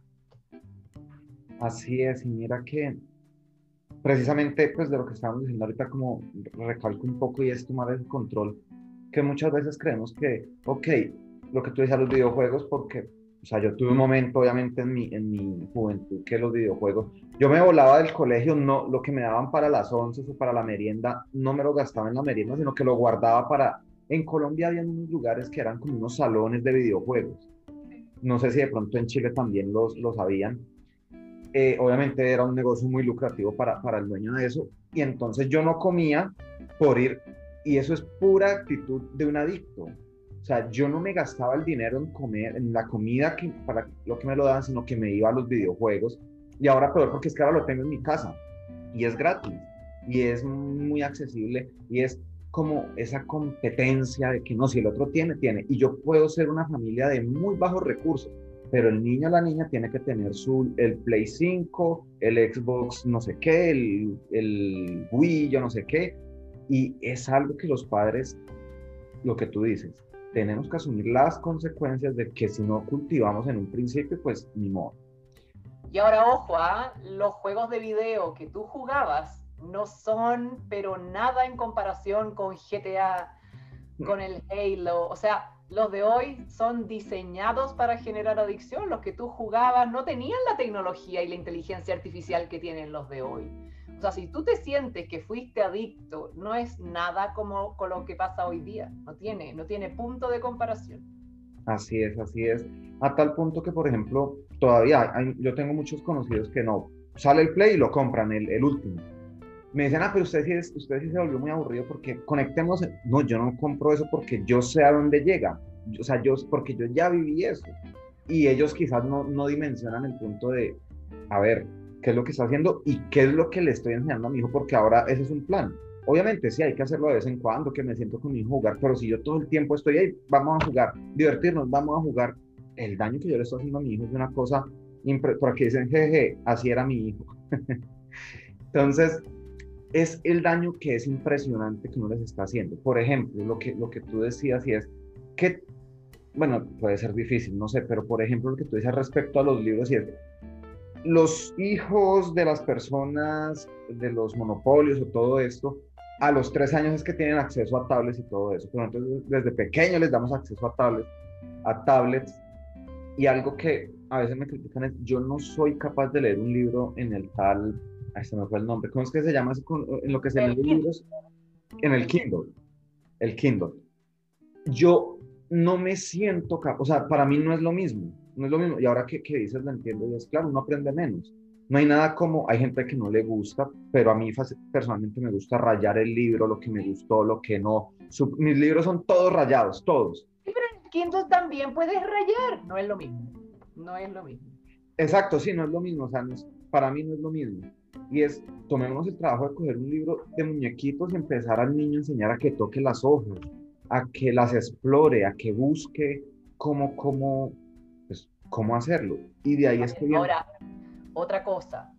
Así es, y mira que precisamente pues de lo que estábamos diciendo ahorita, como recalco un poco y es tomar el control, que muchas veces creemos que, ok, lo que tú decías, los videojuegos, porque, o sea, yo tuve un momento, obviamente, en mi juventud, que los videojuegos, yo me volaba del colegio, no, lo que me daban para las 11 o para la merienda, no me lo gastaba en la merienda, sino que lo guardaba para, en Colombia había unos lugares que eran como unos salones de videojuegos, no sé si de pronto en Chile también los habían, obviamente era un negocio muy lucrativo para el dueño de eso, y entonces yo no comía por ir, y eso es pura actitud de un adicto. O sea, yo no me gastaba el dinero en comer, en la comida para lo que me lo daban, sino que me iba a los videojuegos. Y ahora peor, porque es que ahora lo tengo en mi casa. Y es gratis. Y es muy accesible. Y es como esa competencia de que no, si el otro tiene. Y yo puedo ser una familia de muy bajos recursos. Pero el niño o la niña tiene que tener el Play 5, el Xbox no sé qué, el Wii, yo no sé qué. Y es algo que los padres, lo que tú dices, tenemos que asumir las consecuencias de que si no cultivamos en un principio, pues ni modo. Y ahora, ojo, los juegos de video que tú jugabas no son, pero nada en comparación con GTA, con el Halo. O sea, los de hoy son diseñados para generar adicción. Los que tú jugabas no tenían la tecnología y la inteligencia artificial que tienen los de hoy. O sea, si tú te sientes que fuiste adicto, no es nada como con lo que pasa hoy día. No tiene punto de comparación. Así es. A tal punto que, por ejemplo, todavía yo tengo muchos conocidos que no, sale el Play y lo compran, el último. Me dicen, pero usted sí se volvió muy aburrido porque conectemos. No, yo no compro eso porque yo sé a dónde llega. O sea, porque yo ya viví eso. Y ellos quizás no dimensionan el punto de, a ver, qué es lo que está haciendo y qué es lo que le estoy enseñando a mi hijo, porque ahora ese es un plan. Obviamente sí, hay que hacerlo de vez en cuando, que me siento con mi hijo a jugar, pero si yo todo el tiempo estoy ahí, vamos a jugar, divertirnos, vamos a jugar, el daño que yo le estoy haciendo a mi hijo es una cosa, por aquí dicen, jeje, así era mi hijo. Entonces, es el daño que es impresionante que uno les está haciendo. Por ejemplo, lo que tú decías y es que, bueno, puede ser difícil, no sé, pero por ejemplo lo que tú dices respecto a los libros y es, los hijos de las personas, de los monopolios o todo esto, a los 3 años es que tienen acceso a tablets y todo eso, pero entonces desde pequeños les damos acceso a tablets, y algo que a veces me critican es, yo no soy capaz de leer un libro en el tal, se me fue el nombre, ¿cómo es que se llama eso en lo que se leen los libros? En el Kindle. Yo no me siento capaz, o sea, para mí no es lo mismo, y ahora que dices lo entiendo, y es claro, uno aprende menos. No hay nada como, hay gente que no le gusta, pero a mí personalmente me gusta rayar el libro, lo que me gustó, lo que no. Mis libros son todos rayados, todos. Sí, pero en Kindle también puedes rayar, no es lo mismo. No es lo mismo. Exacto, sí, no es lo mismo, o sea, para mí no es lo mismo. Y es, tomémonos el trabajo de coger un libro de muñequitos y empezar al niño a enseñar a que toque las hojas, a que las explore, a que busque cómo hacerlo. Y de ahí es que viene. Ahora, otra cosa,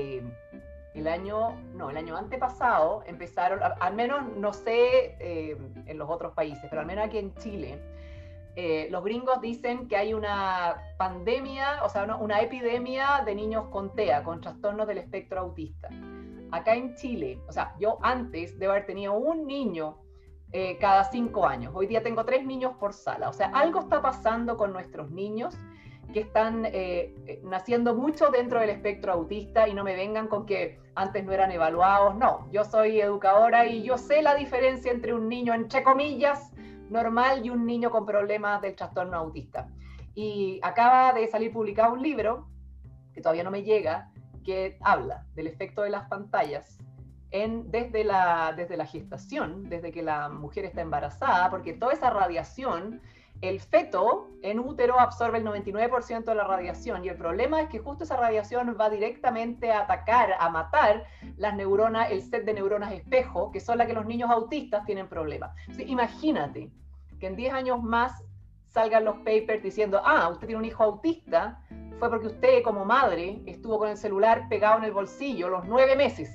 el año antepasado empezaron, al menos no sé en los otros países, pero al menos aquí en Chile, los gringos dicen que hay una pandemia, o sea, una epidemia de niños con TEA, con trastornos del espectro autista. Acá en Chile, o sea, yo antes debo haber tenido un niño cada 5 años. Hoy día tengo 3 niños por sala. O sea, algo está pasando con nuestros niños que están naciendo mucho dentro del espectro autista, y no me vengan con que antes no eran evaluados. No, yo soy educadora y yo sé la diferencia entre un niño, entre comillas, normal y un niño con problemas del trastorno autista. Y acaba de salir publicado un libro, que todavía no me llega, que habla del efecto de las pantallas desde la gestación, desde que la mujer está embarazada, porque toda esa radiación, el feto en útero absorbe el 99% de la radiación, y el problema es que justo esa radiación va directamente a atacar, a matar las neuronas, el set de neuronas espejo, que son las que los niños autistas tienen problemas. Entonces, imagínate que en 10 años más salgan los papers diciendo, usted tiene un hijo autista, fue porque usted como madre estuvo con el celular pegado en el bolsillo los 9 meses.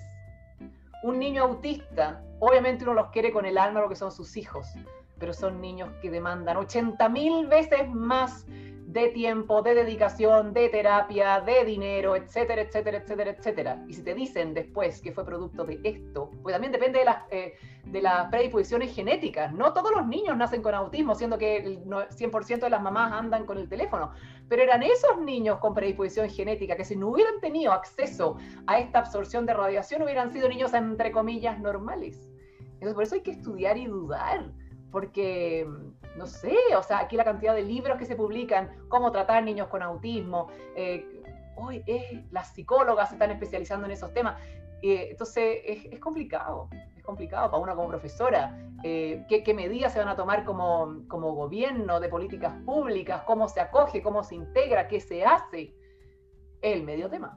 Un niño autista, obviamente uno los quiere con el alma, lo que son sus hijos, pero son niños que demandan 80.000 veces más de tiempo, de dedicación, de terapia, de dinero, etcétera, etcétera, etcétera, etcétera. Y si te dicen después que fue producto de esto, pues también depende de las predisposiciones genéticas. No todos los niños nacen con autismo, siendo que el 100% de las mamás andan con el teléfono, pero eran esos niños con predisposición genética que si no hubieran tenido acceso a esta absorción de radiación hubieran sido niños entre comillas normales. Entonces por eso hay que estudiar y dudar, porque, no sé, o sea, aquí la cantidad de libros que se publican, cómo tratar niños con autismo, hoy las psicólogas se están especializando en esos temas, entonces es complicado para una como profesora, qué medidas se van a tomar como gobierno de políticas públicas, cómo se acoge, cómo se integra, qué se hace, el medio tema.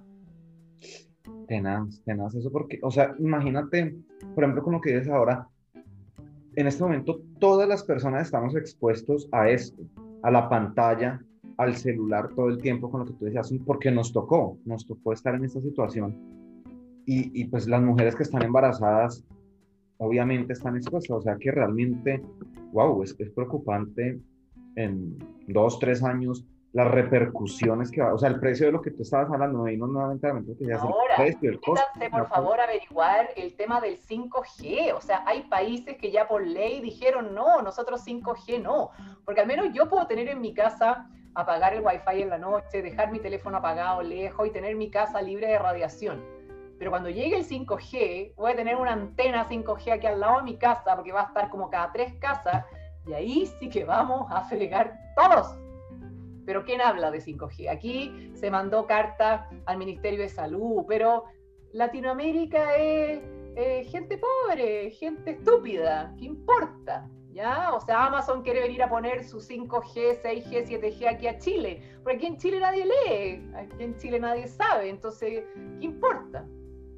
Tenaz eso, porque, o sea, imagínate, por ejemplo, con lo que dices ahora, en este momento todas las personas estamos expuestos a esto, a la pantalla, al celular todo el tiempo, con lo que tú decías, porque nos tocó estar en esta situación, y pues las mujeres que están embarazadas obviamente están expuestas, o sea que realmente, wow, es preocupante en 2, 3 años las repercusiones que va, o sea, el precio de lo que tú estabas hablando, y no nuevamente que ya ahora, el precio, el costo. Por favor, averiguar el tema del 5G, o sea, hay países que ya por ley dijeron, no, nosotros 5G no, porque al menos yo puedo tener en mi casa, apagar el wifi en la noche, dejar mi teléfono apagado lejos y tener mi casa libre de radiación, pero cuando llegue el 5G, voy a tener una antena 5G aquí al lado de mi casa, porque va a estar como cada 3 casas, y ahí sí que vamos a fregar todos. Pero ¿quién habla de 5G? Aquí se mandó carta al Ministerio de Salud, pero Latinoamérica es gente pobre, gente estúpida, ¿qué importa? ¿Ya? O sea, Amazon quiere venir a poner su 5G, 6G, 7G aquí a Chile, porque aquí en Chile nadie lee, aquí en Chile nadie sabe, entonces, ¿qué importa?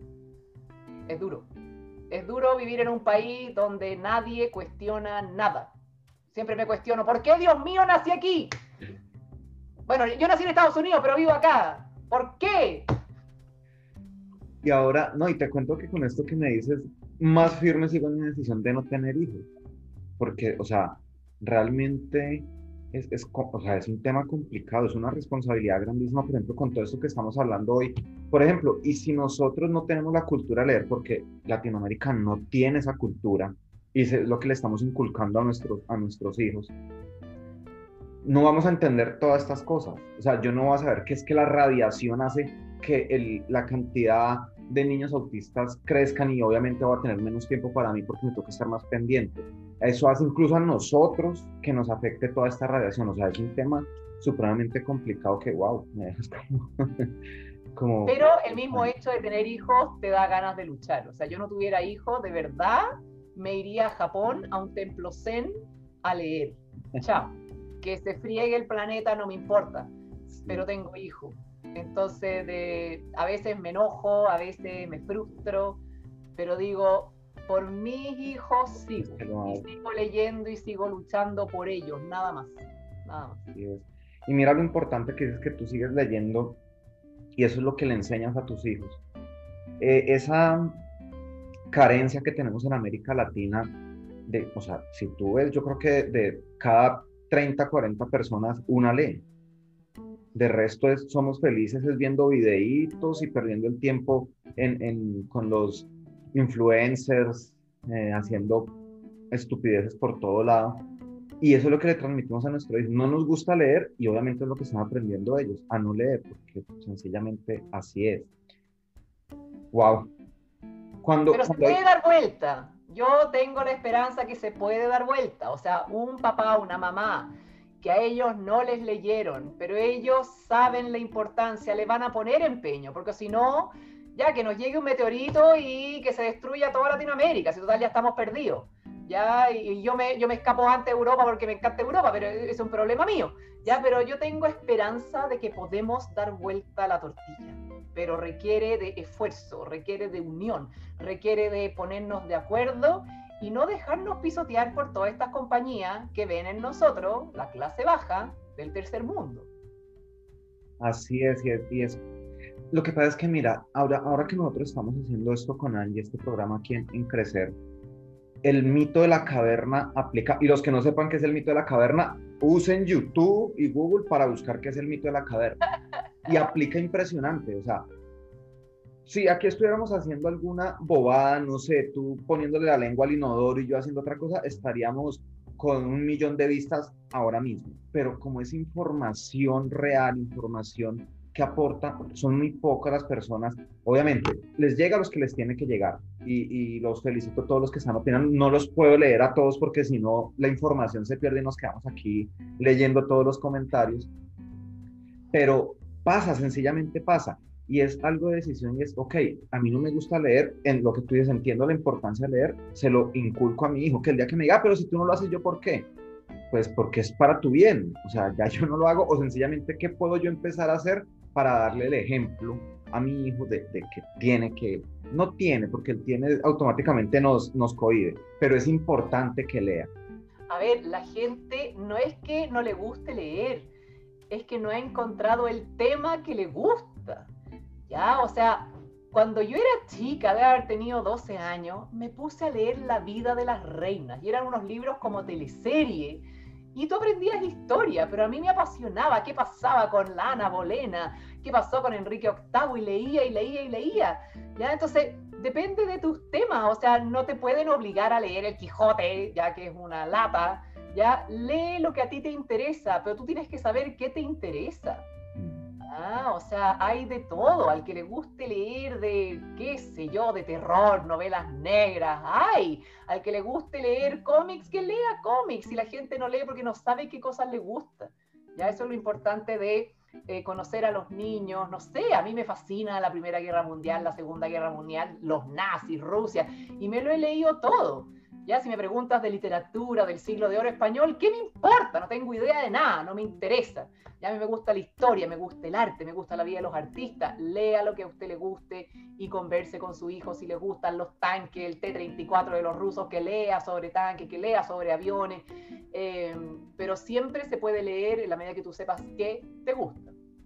Es duro vivir en un país donde nadie cuestiona nada. Siempre me cuestiono, ¿por qué, Dios mío, nací aquí? Bueno, yo nací en Estados Unidos, pero vivo acá. ¿Por qué? Y ahora, no, y te cuento que con esto que me dices, más firme sigo en mi decisión de no tener hijos. Porque, o sea, realmente o sea, es un tema complicado, es una responsabilidad grandísima, por ejemplo, con todo esto que estamos hablando hoy. Por ejemplo, y si nosotros no tenemos la cultura de leer, porque Latinoamérica no tiene esa cultura, y es lo que le estamos inculcando a nuestros hijos, no vamos a entender todas estas cosas. O sea, yo no voy a saber qué es que la radiación hace que la cantidad de niños autistas crezcan y obviamente voy a tener menos tiempo para mí porque me toca estar más pendiente. Eso hace incluso a nosotros que nos afecte toda esta radiación. O sea, es un tema supremamente complicado que, wow, me dejas como... Pero el mismo hecho de tener hijos te da ganas de luchar. O sea, yo no tuviera hijos, de verdad, me iría a Japón, a un templo zen, a leer. Chao. Que se friegue el planeta no me importa, pero tengo hijos. Entonces, a veces me enojo, a veces me frustro, pero digo, por mis hijos sigo. Y sigo leyendo y sigo luchando por ellos, nada más. Nada más. Y mira lo importante que es que tú sigues leyendo y eso es lo que le enseñas a tus hijos. Esa carencia que tenemos en América Latina, o sea, si tú ves, yo creo que de cada 30, 40 personas, una lee. De resto somos felices viendo videitos y perdiendo el tiempo con los influencers, haciendo estupideces por todo lado. Y eso es lo que le transmitimos a nuestros hijos. No nos gusta leer y obviamente es lo que están aprendiendo ellos, a no leer, porque sencillamente así es. Wow. Pero se puede dar vuelta. Yo tengo la esperanza que se puede dar vuelta. O sea, un papá, una mamá, que a ellos no les leyeron, pero ellos saben la importancia, le van a poner empeño, porque si no, ya que nos llegue un meteorito y que se destruya toda Latinoamérica, si total ya estamos perdidos. Ya, y yo me escapo antes de Europa porque me encanta Europa, pero es un problema mío. Ya, pero yo tengo esperanza de que podemos dar vuelta a la tortilla, pero requiere de esfuerzo, requiere de unión, requiere de ponernos de acuerdo y no dejarnos pisotear por todas estas compañías que ven en nosotros la clase baja del tercer mundo. Así es, y es. Lo que pasa es que mira, ahora que nosotros estamos haciendo esto con Angie, este programa aquí en Crecer, el mito de la caverna aplica, y los que no sepan qué es el mito de la caverna, usen YouTube y Google para buscar qué es el mito de la caverna. Y aplica impresionante, o sea, si aquí estuviéramos haciendo alguna bobada, no sé, tú poniéndole la lengua al inodoro y yo haciendo otra cosa, estaríamos con 1 millón de vistas ahora mismo. Pero como es información real, información que aporta, son muy pocas las personas. Obviamente, les llega a los que les tiene que llegar y los felicito a todos los que están opinando. No los puedo leer a todos porque si no, la información se pierde y nos quedamos aquí leyendo todos los comentarios. Pero pasa, sencillamente pasa. Y es algo de decisión y es, ok, a mí no me gusta leer, en lo que tú dices, entiendo la importancia de leer, se lo inculco a mi hijo, que el día que me diga, pero si tú no lo haces, ¿yo por qué? Pues porque es para tu bien, o sea, ya yo no lo hago, o sencillamente, ¿qué puedo yo empezar a hacer para darle el ejemplo a mi hijo de que tiene que, no tiene, porque él tiene, automáticamente nos cohíbe, pero es importante que lea. A ver, la gente no es que no le guste leer, es que no ha encontrado el tema que le gusta. Ya, o sea, cuando yo era chica, de haber tenido 12 años, me puse a leer La vida de las reinas, y eran unos libros como teleserie, y tú aprendías historia, pero a mí me apasionaba qué pasaba con la Ana Bolena, qué pasó con Enrique VIII, y leía, y leía, y leía, ¿ya? Entonces, depende de tus temas, o sea, no te pueden obligar a leer El Quijote, ya que es una lata, ya, lee lo que a ti te interesa, pero tú tienes que saber qué te interesa. O sea, hay de todo, al que le guste leer de, qué sé yo, de terror, novelas negras, hay, al que le guste leer cómics, que lea cómics, y la gente no lee porque no sabe qué cosas le gustan. Ya, eso es lo importante de conocer a los niños, no sé, a mí me fascina la Primera Guerra Mundial, la Segunda Guerra Mundial, los nazis, Rusia, y me lo he leído todo. Ya, si me preguntas de literatura, del siglo de oro español, ¿qué me importa? No tengo idea de nada, no me interesa. Ya, a mí me gusta la historia, me gusta el arte, me gusta la vida de los artistas. Lea lo que a usted le guste y converse con su hijo si le gustan los tanques, el T-34 de los rusos, que lea sobre tanques, que lea sobre aviones. Pero siempre se puede leer en la medida que tú sepas qué te gusta.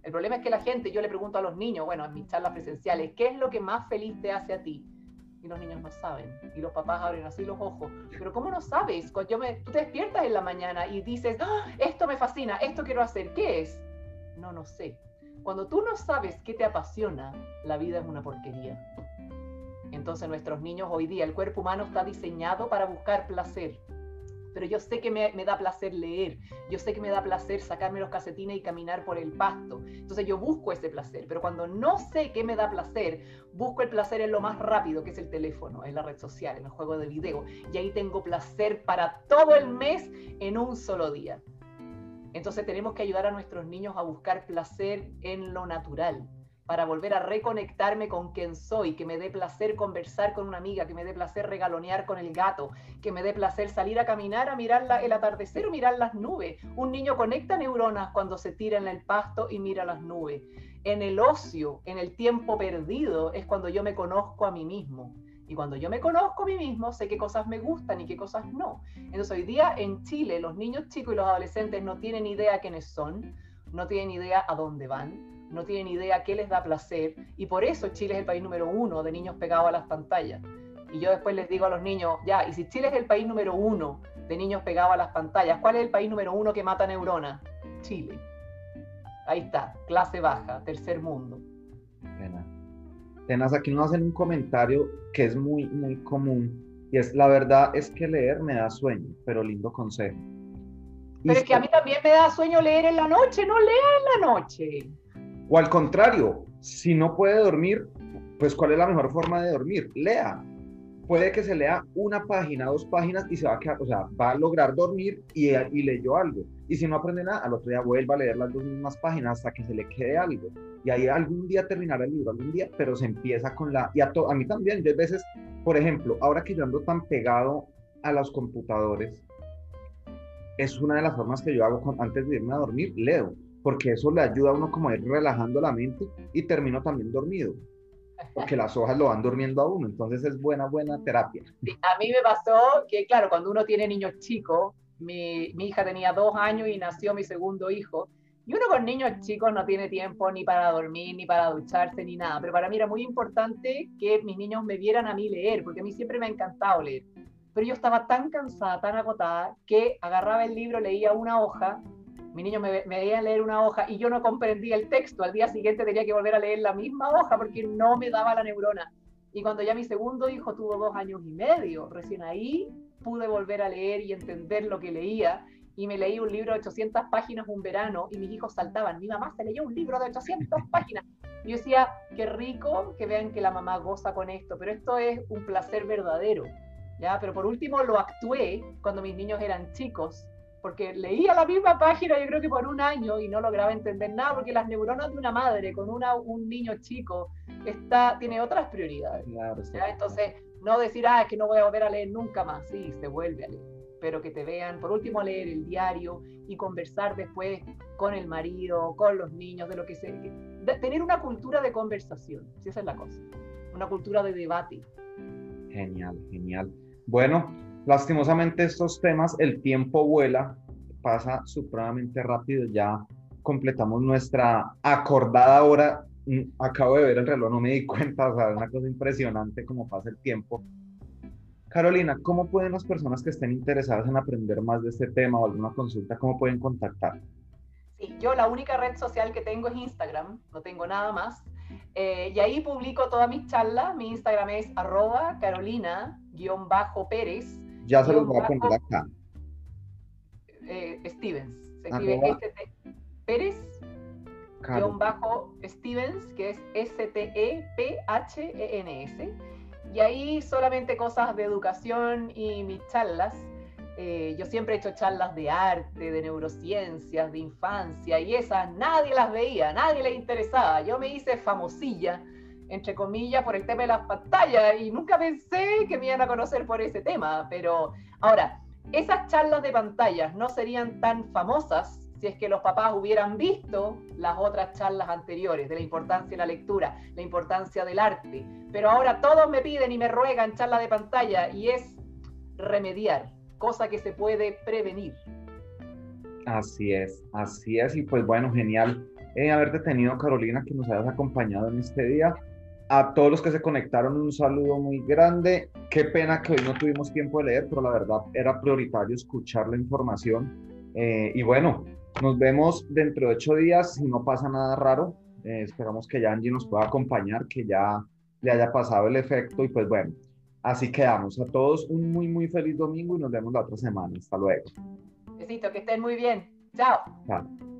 El problema es que la gente, yo le pregunto a los niños, bueno, en mis charlas presenciales, ¿qué es lo que más feliz te hace a ti? Y los niños no saben, y los papás abren así los ojos. Pero ¿cómo no sabes? Cuando tú te despiertas en la mañana y dices, ¡ah, esto me fascina, esto quiero hacer! ¿Qué es? No sé. Cuando tú no sabes qué te apasiona, la vida es una porquería. Entonces nuestros niños hoy día, el cuerpo humano está diseñado para buscar placer. Pero yo sé que me da placer leer, yo sé que me da placer sacarme los calcetines y caminar por el pasto. Entonces yo busco ese placer, pero cuando no sé qué me da placer, busco el placer en lo más rápido, que es el teléfono, en la red social, en el juego de video. Y ahí tengo placer para todo el mes en un solo día. Entonces tenemos que ayudar a nuestros niños a buscar placer en lo natural, para volver a reconectarme con quién soy, que me dé placer conversar con una amiga, que me dé placer regalonear con el gato, que me dé placer salir a caminar, a mirar el atardecer o mirar las nubes. Un niño conecta neuronas cuando se tira en el pasto y mira las nubes. En el ocio, en el tiempo perdido, es cuando yo me conozco a mí mismo. Y cuando yo me conozco a mí mismo, sé qué cosas me gustan y qué cosas no. Entonces hoy día en Chile, los niños chicos y los adolescentes no tienen idea quiénes son, no tienen idea a dónde van, no tienen idea qué les da placer, y por eso Chile es el país número 1 de niños pegados a las pantallas. Y yo después les digo a los niños, ya, y si Chile es el país número 1 de niños pegados a las pantallas, ¿cuál es el país número 1 que mata neuronas? Chile. Ahí está, clase baja, tercer mundo. Tenaz, aquí nos hacen un comentario que es muy, muy común, y es, la verdad es que leer me da sueño, pero lindo consejo. Pero es que a mí también me da sueño leer en la noche, no lea en la noche. O al contrario, si no puede dormir, pues ¿cuál es la mejor forma de dormir? Lea. Puede que se lea una página, 2 páginas y se va a quedar, o sea, va a lograr dormir y leyó algo. Y si no aprende nada, al otro día vuelva a leer las 2 mismas páginas hasta que se le quede algo. Y ahí algún día terminará el libro, algún día, pero se empieza con la... Y a mí también, yo a veces, por ejemplo, ahora que yo ando tan pegado a los computadores, es una de las formas que yo hago antes de irme a dormir, leo. Porque eso le ayuda a uno como a ir relajando la mente y termino también dormido, porque las hojas lo van durmiendo a uno, entonces es buena terapia. Sí, a mí me pasó que, claro, cuando uno tiene niños chicos, mi hija tenía 2 años y nació mi segundo hijo, y uno con niños chicos no tiene tiempo ni para dormir, ni para ducharse, ni nada, pero para mí era muy importante que mis niños me vieran a mí leer, porque a mí siempre me ha encantado leer, pero yo estaba tan cansada, tan agotada, que agarraba el libro, leía una hoja. Mi niño me veía leer una hoja y yo no comprendía el texto. Al día siguiente tenía que volver a leer la misma hoja porque no me daba la neurona. Y cuando ya mi segundo hijo tuvo 2 años y medio, recién ahí pude volver a leer y entender lo que leía. Y me leí un libro de 800 páginas un verano y mis hijos saltaban. Mi mamá se leyó un libro de 800 páginas. Y yo decía, qué rico que vean que la mamá goza con esto, pero esto es un placer verdadero. ¿Ya? Pero por último lo actué cuando mis niños eran chicos, porque leía la misma página yo creo que por 1 año y no lograba entender nada, porque las neuronas de una madre con un niño chico tiene otras prioridades. Claro, entonces, no decir, es que no voy a volver a leer nunca más. Sí, se vuelve a leer, pero que te vean, por último, leer el diario y conversar después con el marido, con los niños, de lo que sea. Tener una cultura de conversación, si esa es la cosa, una cultura de debate. Genial. Bueno, lastimosamente estos temas, el tiempo vuela, pasa supremamente rápido, ya completamos nuestra acordada hora, acabo de ver el reloj, no me di cuenta, o sea, es una cosa impresionante cómo pasa el tiempo. Carolina, ¿cómo pueden las personas que estén interesadas en aprender más de este tema o alguna consulta, cómo pueden contactar? Sí, yo la única red social que tengo es Instagram, no tengo nada más. Y ahí publico todas mis charlas. Mi Instagram es @carolina_Pérez. Ya se los voy a poner acá. Stevens. Se escribe Pérez _Stevens, que es STEPHENS. Y ahí solamente cosas de educación y mis charlas. Yo siempre he hecho charlas de arte, de neurociencias, de infancia, y esas nadie las veía, nadie les interesaba. Yo me hice famosilla, entre comillas, por el tema de las pantallas, y nunca pensé que me iban a conocer por ese tema. Pero ahora, esas charlas de pantallas no serían tan famosas si es que los papás hubieran visto las otras charlas anteriores de la importancia de la lectura, la importancia del arte. Pero ahora todos me piden y me ruegan charlas de pantalla, y es remediar, cosa que se puede prevenir. Así es, y pues bueno, genial. haberte tenido, Carolina, que nos hayas acompañado en este día. A todos los que se conectaron, un saludo muy grande. Qué pena que hoy no tuvimos tiempo de leer, pero la verdad era prioritario escuchar la información. Y bueno, nos vemos dentro de 8 días, si no pasa nada raro. Esperamos que ya Angie nos pueda acompañar, que ya le haya pasado el efecto y pues bueno, así quedamos. A todos un muy, muy feliz domingo y nos vemos la otra semana. Hasta luego. Besito, que estén muy bien. Chao. Chao.